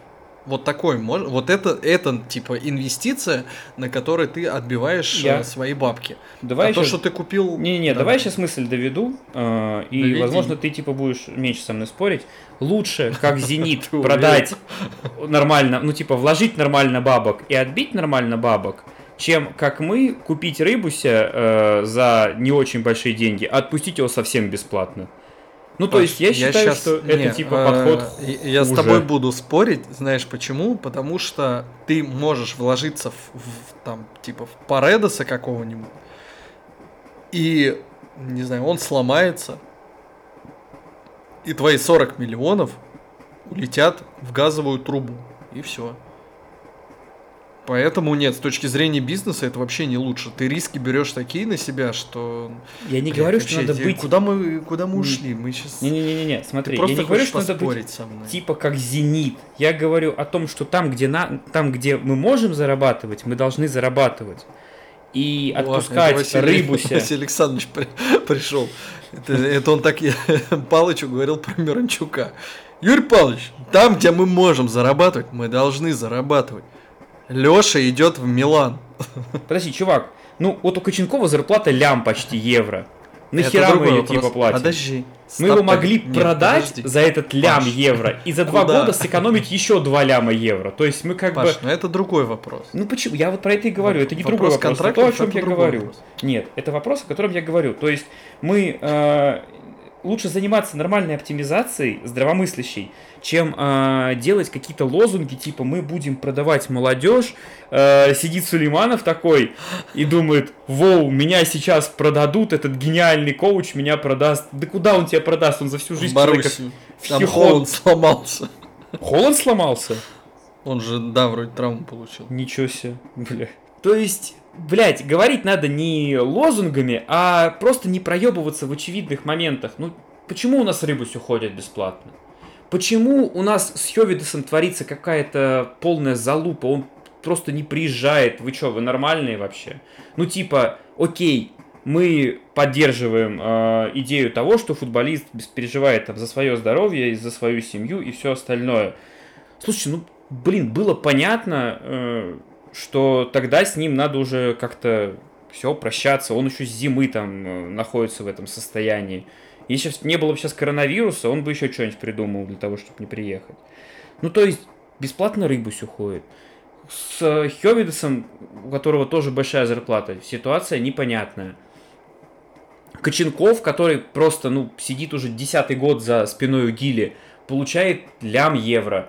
D: Вот такой, мож- вот это, это типа инвестиция, на которой ты отбиваешь
C: Я-
D: э, свои бабки.
C: Давай
D: а то,
C: щас-
D: что ты купил...
C: Не-не-не,
D: да.
C: давай сейчас мысль доведу, э, и,
D: Доведи.
C: возможно, ты типа будешь меньше со мной спорить. Лучше, как «Зенит»,
D: Ты
C: продать нормально, ну типа вложить нормально бабок и отбить нормально бабок, чем как мы купить Рыбуся э, за не очень большие деньги, а отпустить его совсем бесплатно. Ну, то
D: Паш,
C: есть я считаю,
D: щас-
C: что
D: не,
C: это типа
D: э,
C: подход
D: Я я с
C: хуже.
D: тобой буду спорить, знаешь почему? Потому что ты можешь вложиться в, в, там, типа, в Паредоса какого-нибудь, и, не знаю, он сломается, и твои сорок миллионов улетят в газовую трубу, и все. Поэтому нет, с точки зрения бизнеса это вообще не лучше. Ты риски берешь такие на себя, что...
C: Я не
D: Бля,
C: говорю, что
D: вообще,
C: надо
D: я-
C: быть...
D: Куда мы, куда мы
C: Не-
D: ушли? Мы сейчас...
C: Не-не-не, смотри,
D: Ты
C: я
D: просто
C: не говорю,
D: хочешь
C: что надо быть
D: поспорить со мной.
C: типа как «Зенит». Я говорю о том, что там, где, на... там, где мы можем зарабатывать, мы должны зарабатывать. И
D: О, это
C: отпускать
D: Василий-
C: Рыбуся.
D: Василий Александрович при- пришел. Это, это он так я- Палычу говорил про Миранчука. Юрий Павлович, там, где мы можем зарабатывать, мы должны зарабатывать. Леша идет в Милан.
C: Подожди, чувак, ну вот у Коченкова зарплата лям почти евро. Нахера
D: Это
C: мы
D: другой
C: ее
D: вопрос.
C: типа платим?
D: Подожди.
C: Мы его
D: Стоп,
C: могли
D: нет,
C: продать
D: подожди.
C: за этот лям
D: Паш,
C: евро и за два
D: куда?
C: года сэкономить еще два ляма евро. То есть мы как
D: Паш,
C: бы...
D: ну это другой вопрос.
C: Ну почему? Я вот про это и говорю. Это не
D: Вопрос
C: другой вопрос. Это то, о
D: контрактов
C: чем
D: это
C: я
D: другой
C: говорю.
D: вопрос.
C: Нет, это вопрос, о котором я говорю. То есть мы э, лучше заниматься нормальной оптимизацией, здравомыслящей, чем э, делать какие-то лозунги, типа мы будем продавать молодежь. Э, сидит Сулейманов такой и думает: воу, меня сейчас продадут, этот гениальный коуч меня продаст. Да куда он тебя продаст? Он за всю жизнь
D: В Боруссию. Там
C: всех-
D: Холланд сломался.
C: Холланд сломался?
D: Он же, да, вроде травму получил.
C: Ничего себе, бля. То есть, блядь, говорить надо не лозунгами, а просто не проебываться в очевидных моментах. Ну, почему у нас Рыбусь уходит бесплатно? Почему у нас с Хёвидесом творится какая-то полная залупа? Он просто не приезжает. Вы что, вы нормальные вообще? Ну, типа, окей, мы поддерживаем э, идею того, что футболист переживает там, за свое здоровье, и за свою семью и все остальное. Слушай, ну, блин, было понятно, э, что тогда с ним надо уже как-то все прощаться. Он еще с зимы там э, находится в этом состоянии. Если не было бы сейчас коронавируса, он бы еще что-нибудь придумал для того, чтобы не приехать. Ну, то есть, бесплатно Рыбусь уходит. С э, Хёвидесом, у которого тоже большая зарплата, ситуация непонятная. Коченков, который просто, ну, сидит уже десятый год за спиной у Гили, получает лям евро.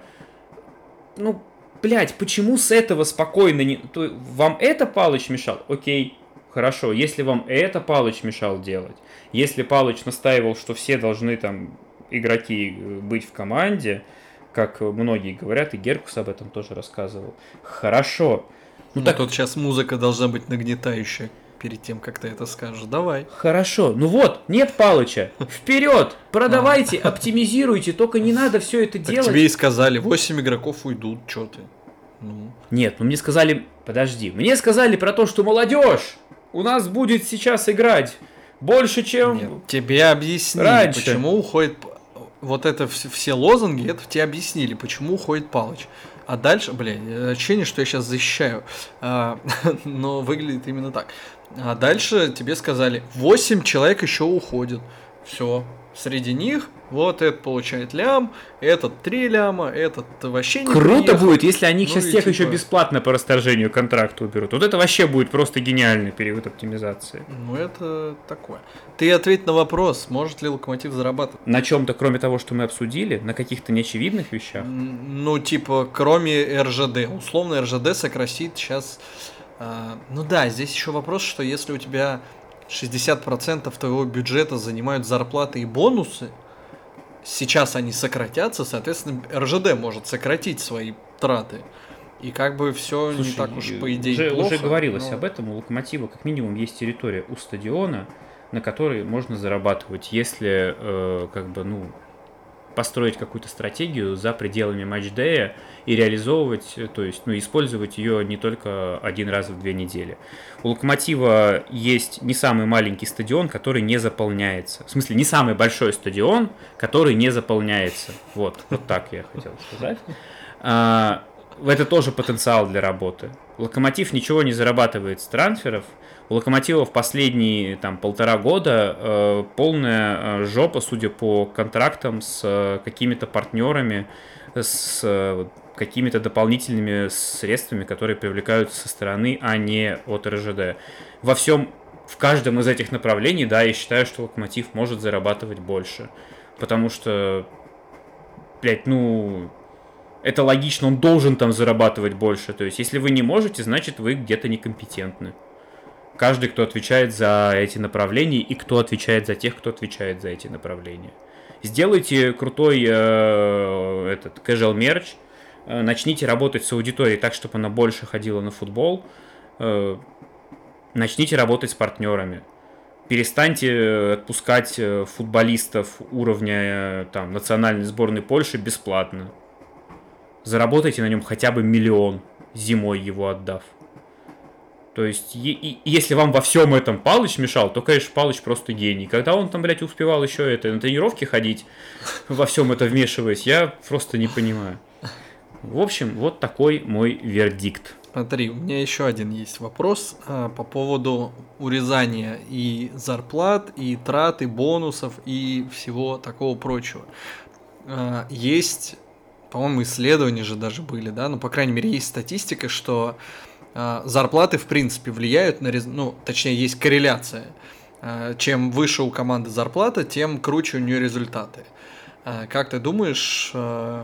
C: Ну, блядь, почему с этого спокойно не... То, вам это Палыч мешал? Окей, хорошо. Если вам это Палыч мешал делать, если Палыч настаивал, что все должны там, игроки, быть в команде, как многие говорят, и Геркус об этом тоже рассказывал, хорошо.
D: Ну,
C: Ну,
D: так
C: так
D: тут сейчас музыка должна быть нагнетающая перед тем, как ты это скажешь. Давай.
C: хорошо. Ну вот, нет Палыча. Вперед! Продавайте, оптимизируйте, только не надо все это
D: Так
C: делать.
D: тебе и сказали, восемь игроков уйдут, чё ты? Ну,
C: Нет, ну мне сказали... Подожди. Мне сказали про то, что молодежь у нас будет сейчас играть больше, чем...
D: нет, тебе объяснили,
C: раньше.
D: почему уходит... П- Вот это вс- все лозунги, это тебе объяснили, почему уходит Палыч. А дальше, блядь, ощущение, что я сейчас защищаю, а, но выглядит именно так. А дальше тебе сказали, восемь человек еще уходят. Все. Среди них вот этот получает лям, этот три ляма, этот вообще не
C: Круто
D: приехал.
C: будет, если они
D: Ну
C: сейчас
D: и
C: всех еще
D: типа-
C: бесплатно по расторжению контракта уберут. Вот это вообще будет просто гениальный период оптимизации.
D: Ну это такое. Ты ответь на вопрос, может ли Локомотив зарабатывать?
C: На чем-то, кроме того, что мы обсудили, на каких-то неочевидных вещах.
D: М, Ну, типа, кроме эр жэ дэ. Условно, эр жэ дэ сократит сейчас... а, ну да, здесь еще вопрос, что если у тебя шестьдесят процентов твоего бюджета занимают зарплаты и бонусы, сейчас они сократятся, соответственно, эр жэ дэ может сократить свои траты. И как бы все не
C: Слушай,
D: так уж, по идее,
C: уже,
D: плохо.
C: уже говорилось
D: но-
C: об этом. У Локомотива как минимум есть территория у стадиона, на которой можно зарабатывать, если э, как бы, ну, построить какую-то стратегию за пределами матчдея и реализовывать, э, то есть, ну, использовать ее не только один раз в две недели. У Локомотива есть не самый маленький стадион, который не заполняется. В смысле, не самый большой стадион, который не заполняется. Вот, вот так я хотел сказать. А, это тоже потенциал для работы. Локомотив ничего не зарабатывает с трансферов. У Локомотива в последние там, полтора года э, полная э, жопа, судя по контрактам с э, какими-то партнерами, с э, какими-то дополнительными средствами, которые привлекаются со стороны, а не от эр жэ дэ. Во всем, в каждом из этих направлений, да, я считаю, что Локомотив может зарабатывать больше. Потому что, блядь, ну... это логично, он должен там зарабатывать больше. То есть, если вы не можете, значит, вы где-то некомпетентны. Каждый, кто отвечает за эти направления, и кто отвечает за тех, кто отвечает за эти направления. Сделайте крутой э, этот casual merch, э, начните работать с аудиторией так, чтобы она больше ходила на футбол, э, начните работать с партнерами. Перестаньте отпускать футболистов уровня э, там, национальной сборной Польши бесплатно. Заработайте на нем хотя бы миллион, зимой его отдав. То есть, и, и, если вам во всем этом Палыч мешал, то, конечно, Палыч просто гений. Когда он там, блядь, успевал еще это, на тренировки ходить, во всем это вмешиваясь, я просто не понимаю. В общем, вот такой мой вердикт.
D: Смотри, у меня еще один есть вопрос а, по поводу урезания и зарплат, и трат, и бонусов, и всего такого прочего. А, есть... по-моему, исследования же даже были, да, ну, по крайней мере, есть статистика, что э, зарплаты, в принципе, влияют на, рез... ну, точнее, есть корреляция. Э, чем выше у команды зарплата, тем круче у нее результаты. Э, как ты думаешь, э,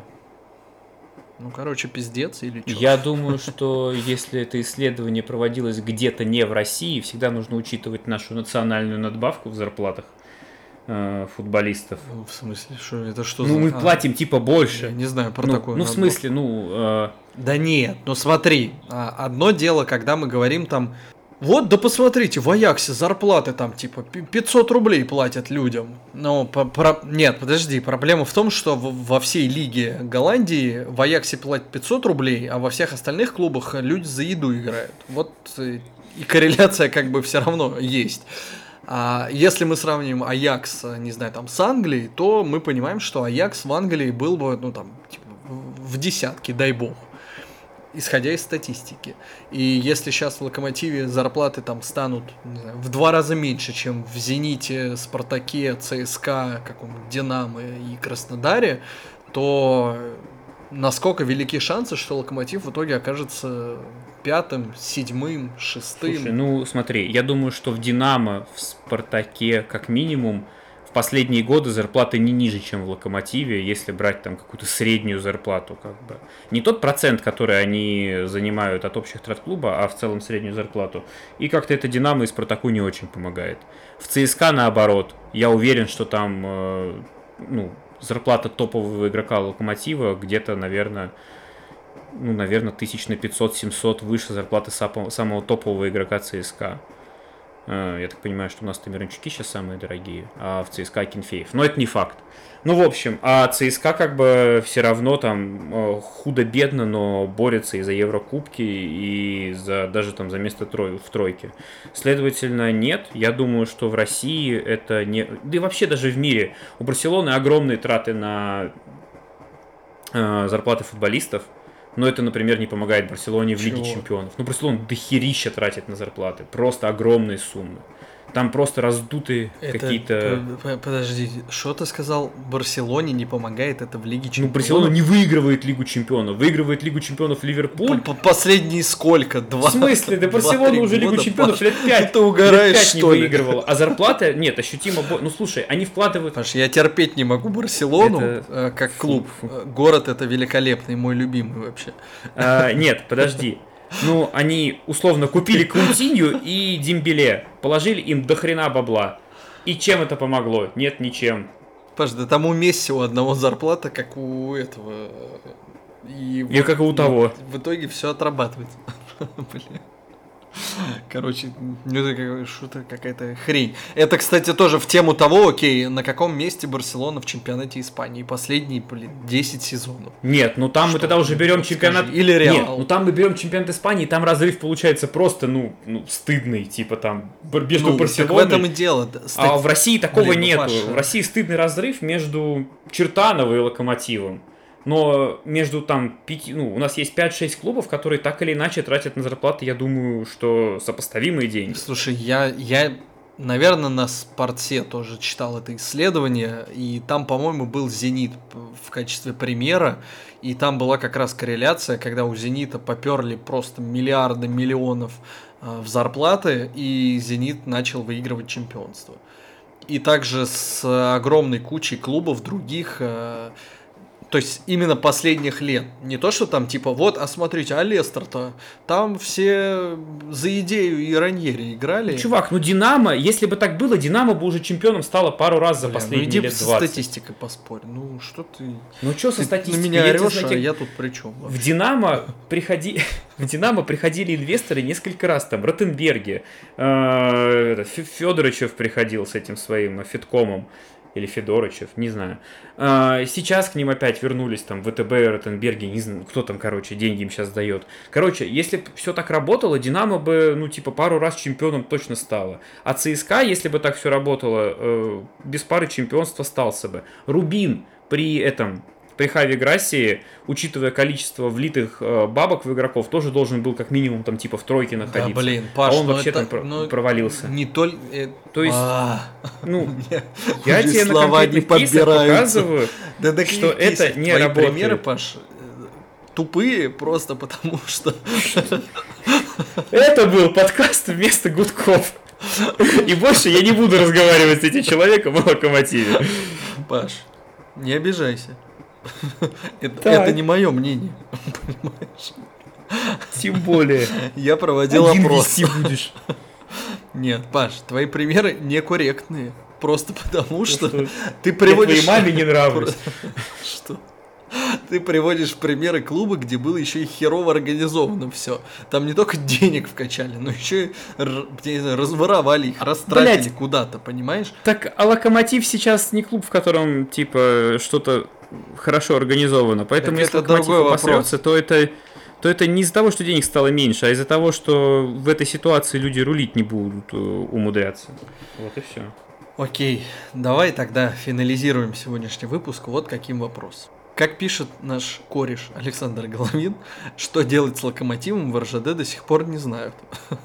D: ну, короче, пиздец или что?
C: Я думаю, что если это исследование проводилось где-то не в России, всегда нужно учитывать нашу национальную надбавку в зарплатах футболистов.
D: Ну, в смысле, что это что
C: ну,
D: за...
C: мы
D: а,
C: платим типа больше.
D: Я не знаю про
C: ну,
D: такое.
C: Ну, в смысле, ну... Э...
D: Да нет, ну смотри, одно дело, когда мы говорим там, вот, да посмотрите, в Аяксе зарплаты там типа пятьсот рублей платят людям. Ну, по, про... нет, подожди, проблема в том, что в, во всей лиге Голландии в Аяксе платят пятьсот рублей, а во всех остальных клубах люди за еду играют. Вот и корреляция как бы все равно есть. А если мы сравним Аякс, не знаю, там, с Англией, то мы понимаем, что Аякс в Англии был бы, ну, там, типа, в десятке, дай бог, исходя из статистики. И если сейчас в Локомотиве зарплаты там станут, не знаю, в два раза меньше, чем в Зените, Спартаке, ЦСКА, каком-нибудь Динамо и Краснодаре, то насколько велики шансы, что Локомотив в итоге окажется пятым, седьмым, шестым.
C: Слушай, ну смотри, я думаю, что в Динамо, в Спартаке, как минимум, в последние годы зарплаты не ниже, чем в Локомотиве, если брать там какую-то среднюю зарплату, как бы. Не тот процент, который они занимают от общих трат клуба, а в целом среднюю зарплату. И как-то это Динамо и Спартаку не очень помогает. В ЦСКА наоборот. Я уверен, что там э, ну, зарплата топового игрока Локомотива где-то, наверное, ну, наверное, тысяч на пятьсот-семьсот выше зарплаты самого топового игрока ЦСКА. Я так понимаю, что у нас Мирончуки сейчас самые дорогие, а в ЦСКА Кенфеев. Но это не факт. Ну, в общем, а ЦСКА как бы все равно там худо-бедно, но борется и за Еврокубки, и за, даже там за место трой, в тройке. Следовательно, нет. Я думаю, что в России это не... Да и вообще даже в мире. У Барселоны огромные траты на э, зарплаты футболистов. Но это, например, не помогает Барселоне в
D: Чего?
C: Лиге Чемпионов. Ну, Барселона дохерища тратит на зарплаты. Просто огромные суммы. Там просто раздутые
D: это,
C: какие-то...
D: Подожди, что ты сказал? Барселоне не помогает это в Лиге Чемпионов?
C: Ну, Барселона не выигрывает Лигу Чемпионов. Выигрывает Лигу Чемпионов Ливерпуль.
D: Последние сколько? Два?
C: В смысле? Да Барселона уже Лигу Чемпионов лет пять.
D: Ты угораешь,
C: лет пять
D: что
C: не
D: ли?
C: выигрывала. А зарплата, нет, ощутимо... Ну, слушай, они вкладывают...
D: Паш, я терпеть не могу Барселону
C: это...
D: как клуб.
C: Фу, фу.
D: Город это великолепный, мой любимый вообще.
C: А, нет, подожди. Ну, они условно купили Каутинью и Дембеле, положили им до хрена бабла. И чем это помогло? Нет, ничем.
D: Паш, да там у Месси у одного зарплата, как у этого. И,
C: И
D: вот,
C: как и у того.
D: В итоге все отрабатывается. Блин. Короче, ну это что-то какая-то хрень. Это, кстати, тоже в тему того, окей, на каком месте Барселона в чемпионате Испании последние, блин, десять сезонов.
C: Нет, ну там
D: Что?
C: мы тогда уже берем
D: Скажи.
C: чемпионат...
D: Или Реал.
C: Нет, ну там мы берем чемпионат Испании, там разрыв получается просто, ну, ну стыдный, типа там, между
D: Ну, так
C: Барселоной...
D: в этом и дело. да,
C: А
D: стать-
C: в России такого
D: Блин, ну,
C: нету.
D: Паша.
C: В России стыдный разрыв между Чертановой и Локомотивом. Но между там пяти, ну, у нас есть пять-шесть клубов, которые так или иначе тратят на зарплаты, я думаю, что сопоставимые деньги.
D: Слушай, я, я, наверное, на Спорте тоже читал это исследование, и там, по-моему, был «Зенит» в качестве примера, и там была как раз корреляция, когда у «Зенита» поперли просто миллиарды миллионов э, в зарплаты, и «Зенит» начал выигрывать чемпионство. И также с огромной кучей клубов других, э, то есть именно последних лет. Не то, что там типа, вот, а смотрите, а Лестер-то, там все за идею и Раньери играли.
C: Ну, чувак, ну Динамо, если бы так было, Динамо бы уже чемпионом стало пару раз за
D: Бля,
C: последние
D: ну иди
C: лет
D: со
C: двадцать.
D: статистикой поспорь. Ну что ты...
C: Ну что со
D: ты
C: статистикой?
D: на меня
C: Я тебе,
D: орешь,
C: знаете,
D: а я тут при чем?
C: В Динамо, приходи... в Динамо приходили инвесторы несколько раз, там, Ротенберги, э, Федорычев приходил с этим своим Федкомом, или Федорычев, не знаю. А, сейчас к ним опять вернулись там ВТБ, Ротенберги, не знаю, кто там, короче, деньги им сейчас дает. Короче, если бы все так работало, Динамо бы, ну, типа, пару раз чемпионом точно стало. А ЦСКА, если бы так все работало, э, без пары чемпионства остался бы. Рубин при этом... При Хави Грассии, учитывая количество влитых э, бабок в игроков, тоже должен был как минимум там типа в тройке находиться.
D: Да, блин, Паш,
C: а он
D: ну
C: вообще
D: это,
C: там про-
D: ну,
C: провалился.
D: Не только...
C: То есть,
D: А,
C: ну,
D: мне
C: я
D: уже
C: тебе на
D: слова не
C: конкретных кейсах
D: подбираются.
C: показываю,
D: Да, да
C: что
D: какие
C: это
D: кейсы?
C: не
D: Твои
C: работает.
D: примеры, Паш, э, тупые просто потому, что...
C: Это был подкаст вместо гудков. И больше я не буду разговаривать с этим человеком о Локомотиве.
D: Паш, не обижайся. Это,
C: Так.
D: это не мое мнение, понимаешь?
C: Тем более.
D: Я проводил
C: Один
D: опрос.
C: вести будешь.
D: Нет, Паш, твои примеры некорректные. Просто потому, что
C: что
D: ты
C: Я
D: приводишь...
C: твоей маме не нравлюсь.
D: Что? Ты приводишь примеры клуба, где было еще и херово организовано все. Там не только денег вкачали, но еще и р- я не знаю, разворовали их, растратили
C: Блядь.
D: куда-то, понимаешь?
C: Так, а Локомотив сейчас не клуб, в котором, типа, что-то хорошо организовано. Поэтому,
D: Так
C: если
D: это
C: Локомотив
D: другой
C: обосрется, то это, то это не из-за того, что денег стало меньше, а из-за того, что в этой ситуации люди рулить не будут э, умудряться. Вот и все.
D: Окей, давай тогда финализируем сегодняшний выпуск вот каким вопросом. Как пишет наш кореш Александр Головин, что делать с Локомотивом в эр жэ дэ до сих пор не знают.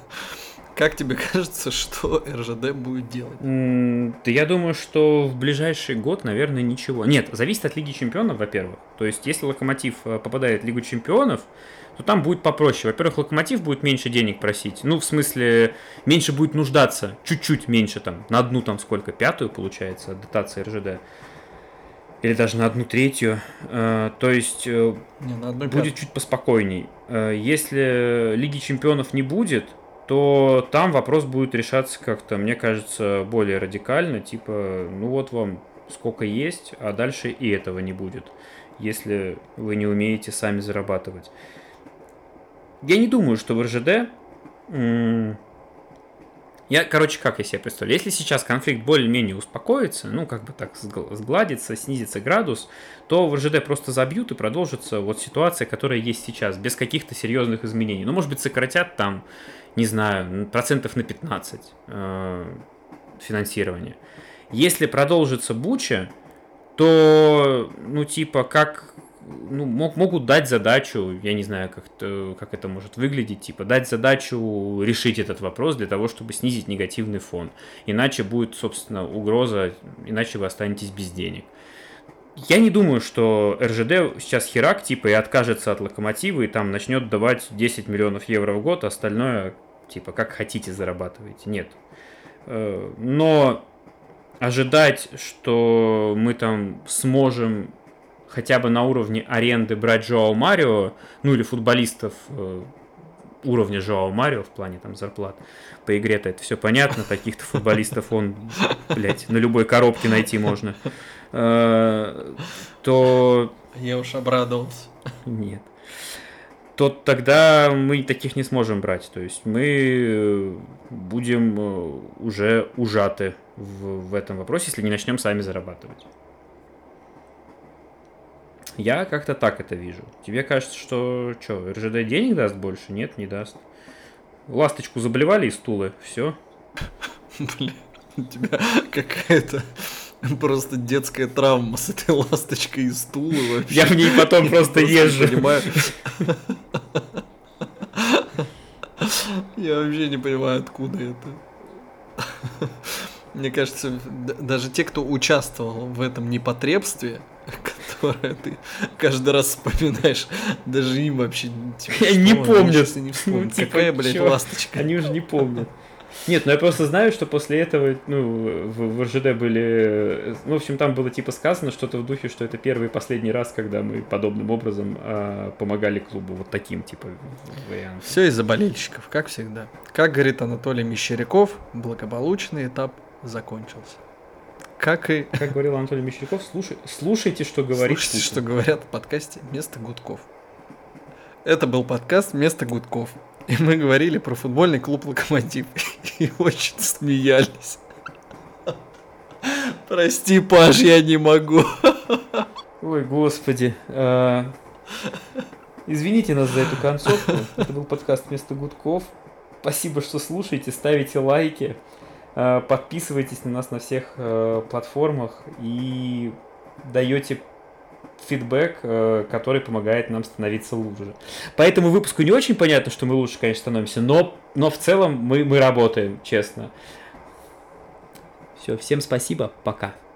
D: Как тебе кажется, что эр жэ дэ будет делать?
C: М, Да я думаю, что в ближайший год, наверное, ничего. Нет, зависит от Лиги Чемпионов, во-первых. То есть, если Локомотив э, попадает в Лигу Чемпионов, то там будет попроще. Во-первых, Локомотив будет меньше денег просить. Ну, в смысле, меньше будет нуждаться. Чуть-чуть меньше там. На одну там сколько? Пятую, получается, дотация эр жэ дэ. Или даже на одну третью. Э, То есть, э,
D: Не, на одной
C: будет чуть поспокойней. Э, Если Лиги Чемпионов не будет, то там вопрос будет решаться как-то, мне кажется, более радикально. Типа, ну вот вам сколько есть, а дальше и этого не будет, если вы не умеете сами зарабатывать. Я не думаю, что в эр жэ дэ... м, Я, короче, как я себе представляю, если сейчас конфликт более-менее успокоится, ну, как бы так сгл- сгладится, снизится градус, то в эр жэ дэ просто забьют и продолжится вот ситуация, которая есть сейчас, без каких-то серьезных изменений. Ну, может быть, сократят там, не знаю, процентов на пятнадцать э, финансирования. Если продолжится буча, то, ну, типа, как... Ну, мог, могут дать задачу, я не знаю, как, это, как это может выглядеть, типа дать задачу решить этот вопрос для того, чтобы снизить негативный фон. Иначе будет, собственно, угроза, иначе вы останетесь без денег. Я не думаю, что эр жэ дэ сейчас херак, типа, и откажется от Локомотива, и там начнет давать десять миллионов евро в год, а остальное, типа, как хотите зарабатываете. Нет. Э, Но ожидать, что мы там сможем хотя бы на уровне аренды брать Жоао Марио, ну или футболистов э, уровня Жоао Марио в плане там зарплат. По игре-то это все понятно, таких-то футболистов он, блядь, на любой коробке найти можно. Э, то...
D: Я уж обрадовался.
C: Нет. То тогда мы таких не сможем брать. То есть мы будем э, уже ужаты в, в этом вопросе, если не начнем сами зарабатывать. Я как-то так это вижу. Тебе кажется, что что, эр жэ дэ денег даст больше? Нет, не даст. Ласточку заблевали из стула, все.
D: Блин, у тебя какая-то Просто детская травма с этой ласточкой из стула вообще.
C: Я в ней потом просто езжу.
D: Понимаю. Я вообще не понимаю, откуда это. Мне кажется, д- даже те, кто участвовал в этом непотребстве, которое ты каждый раз вспоминаешь, даже им вообще типа,
C: Я не
D: что,
C: помню.
D: они сейчас и не вспомнят.
C: Ну, типа,
D: Какая, блядь,
C: чё?
D: ласточка.
C: Они уже не помнят. Нет, ну я просто знаю, что после этого, ну, в, в РЖД были, ну, в общем, там было типа сказано что-то в духе, что это первый и последний раз, когда мы подобным образом а, помогали клубу, вот таким типа вариантом.
D: Все из-за болельщиков, как всегда. Как говорит Анатолий Мещеряков, благополучный этап закончился. Как и...
C: Как говорил Анатолий Мещеряков, слушай, слушайте, что говорит
D: Слушайте,
C: Путин.
D: что говорят в подкасте «Вместо гудков». Это был подкаст «Вместо гудков». И мы говорили про футбольный клуб «Локомотив». И очень смеялись. Прости, Паш, я не могу.
C: Ой, господи. а, Извините нас за эту концовку. Это был подкаст «Вместо гудков». Спасибо, что слушаете, ставите лайки, а, подписывайтесь на нас на всех а, платформах и даете фидбэк, э, который помогает нам становиться лучше. По этому выпуску не очень понятно, что мы лучше, конечно, становимся, но, но в целом мы, мы работаем, честно. Все, всем спасибо, пока.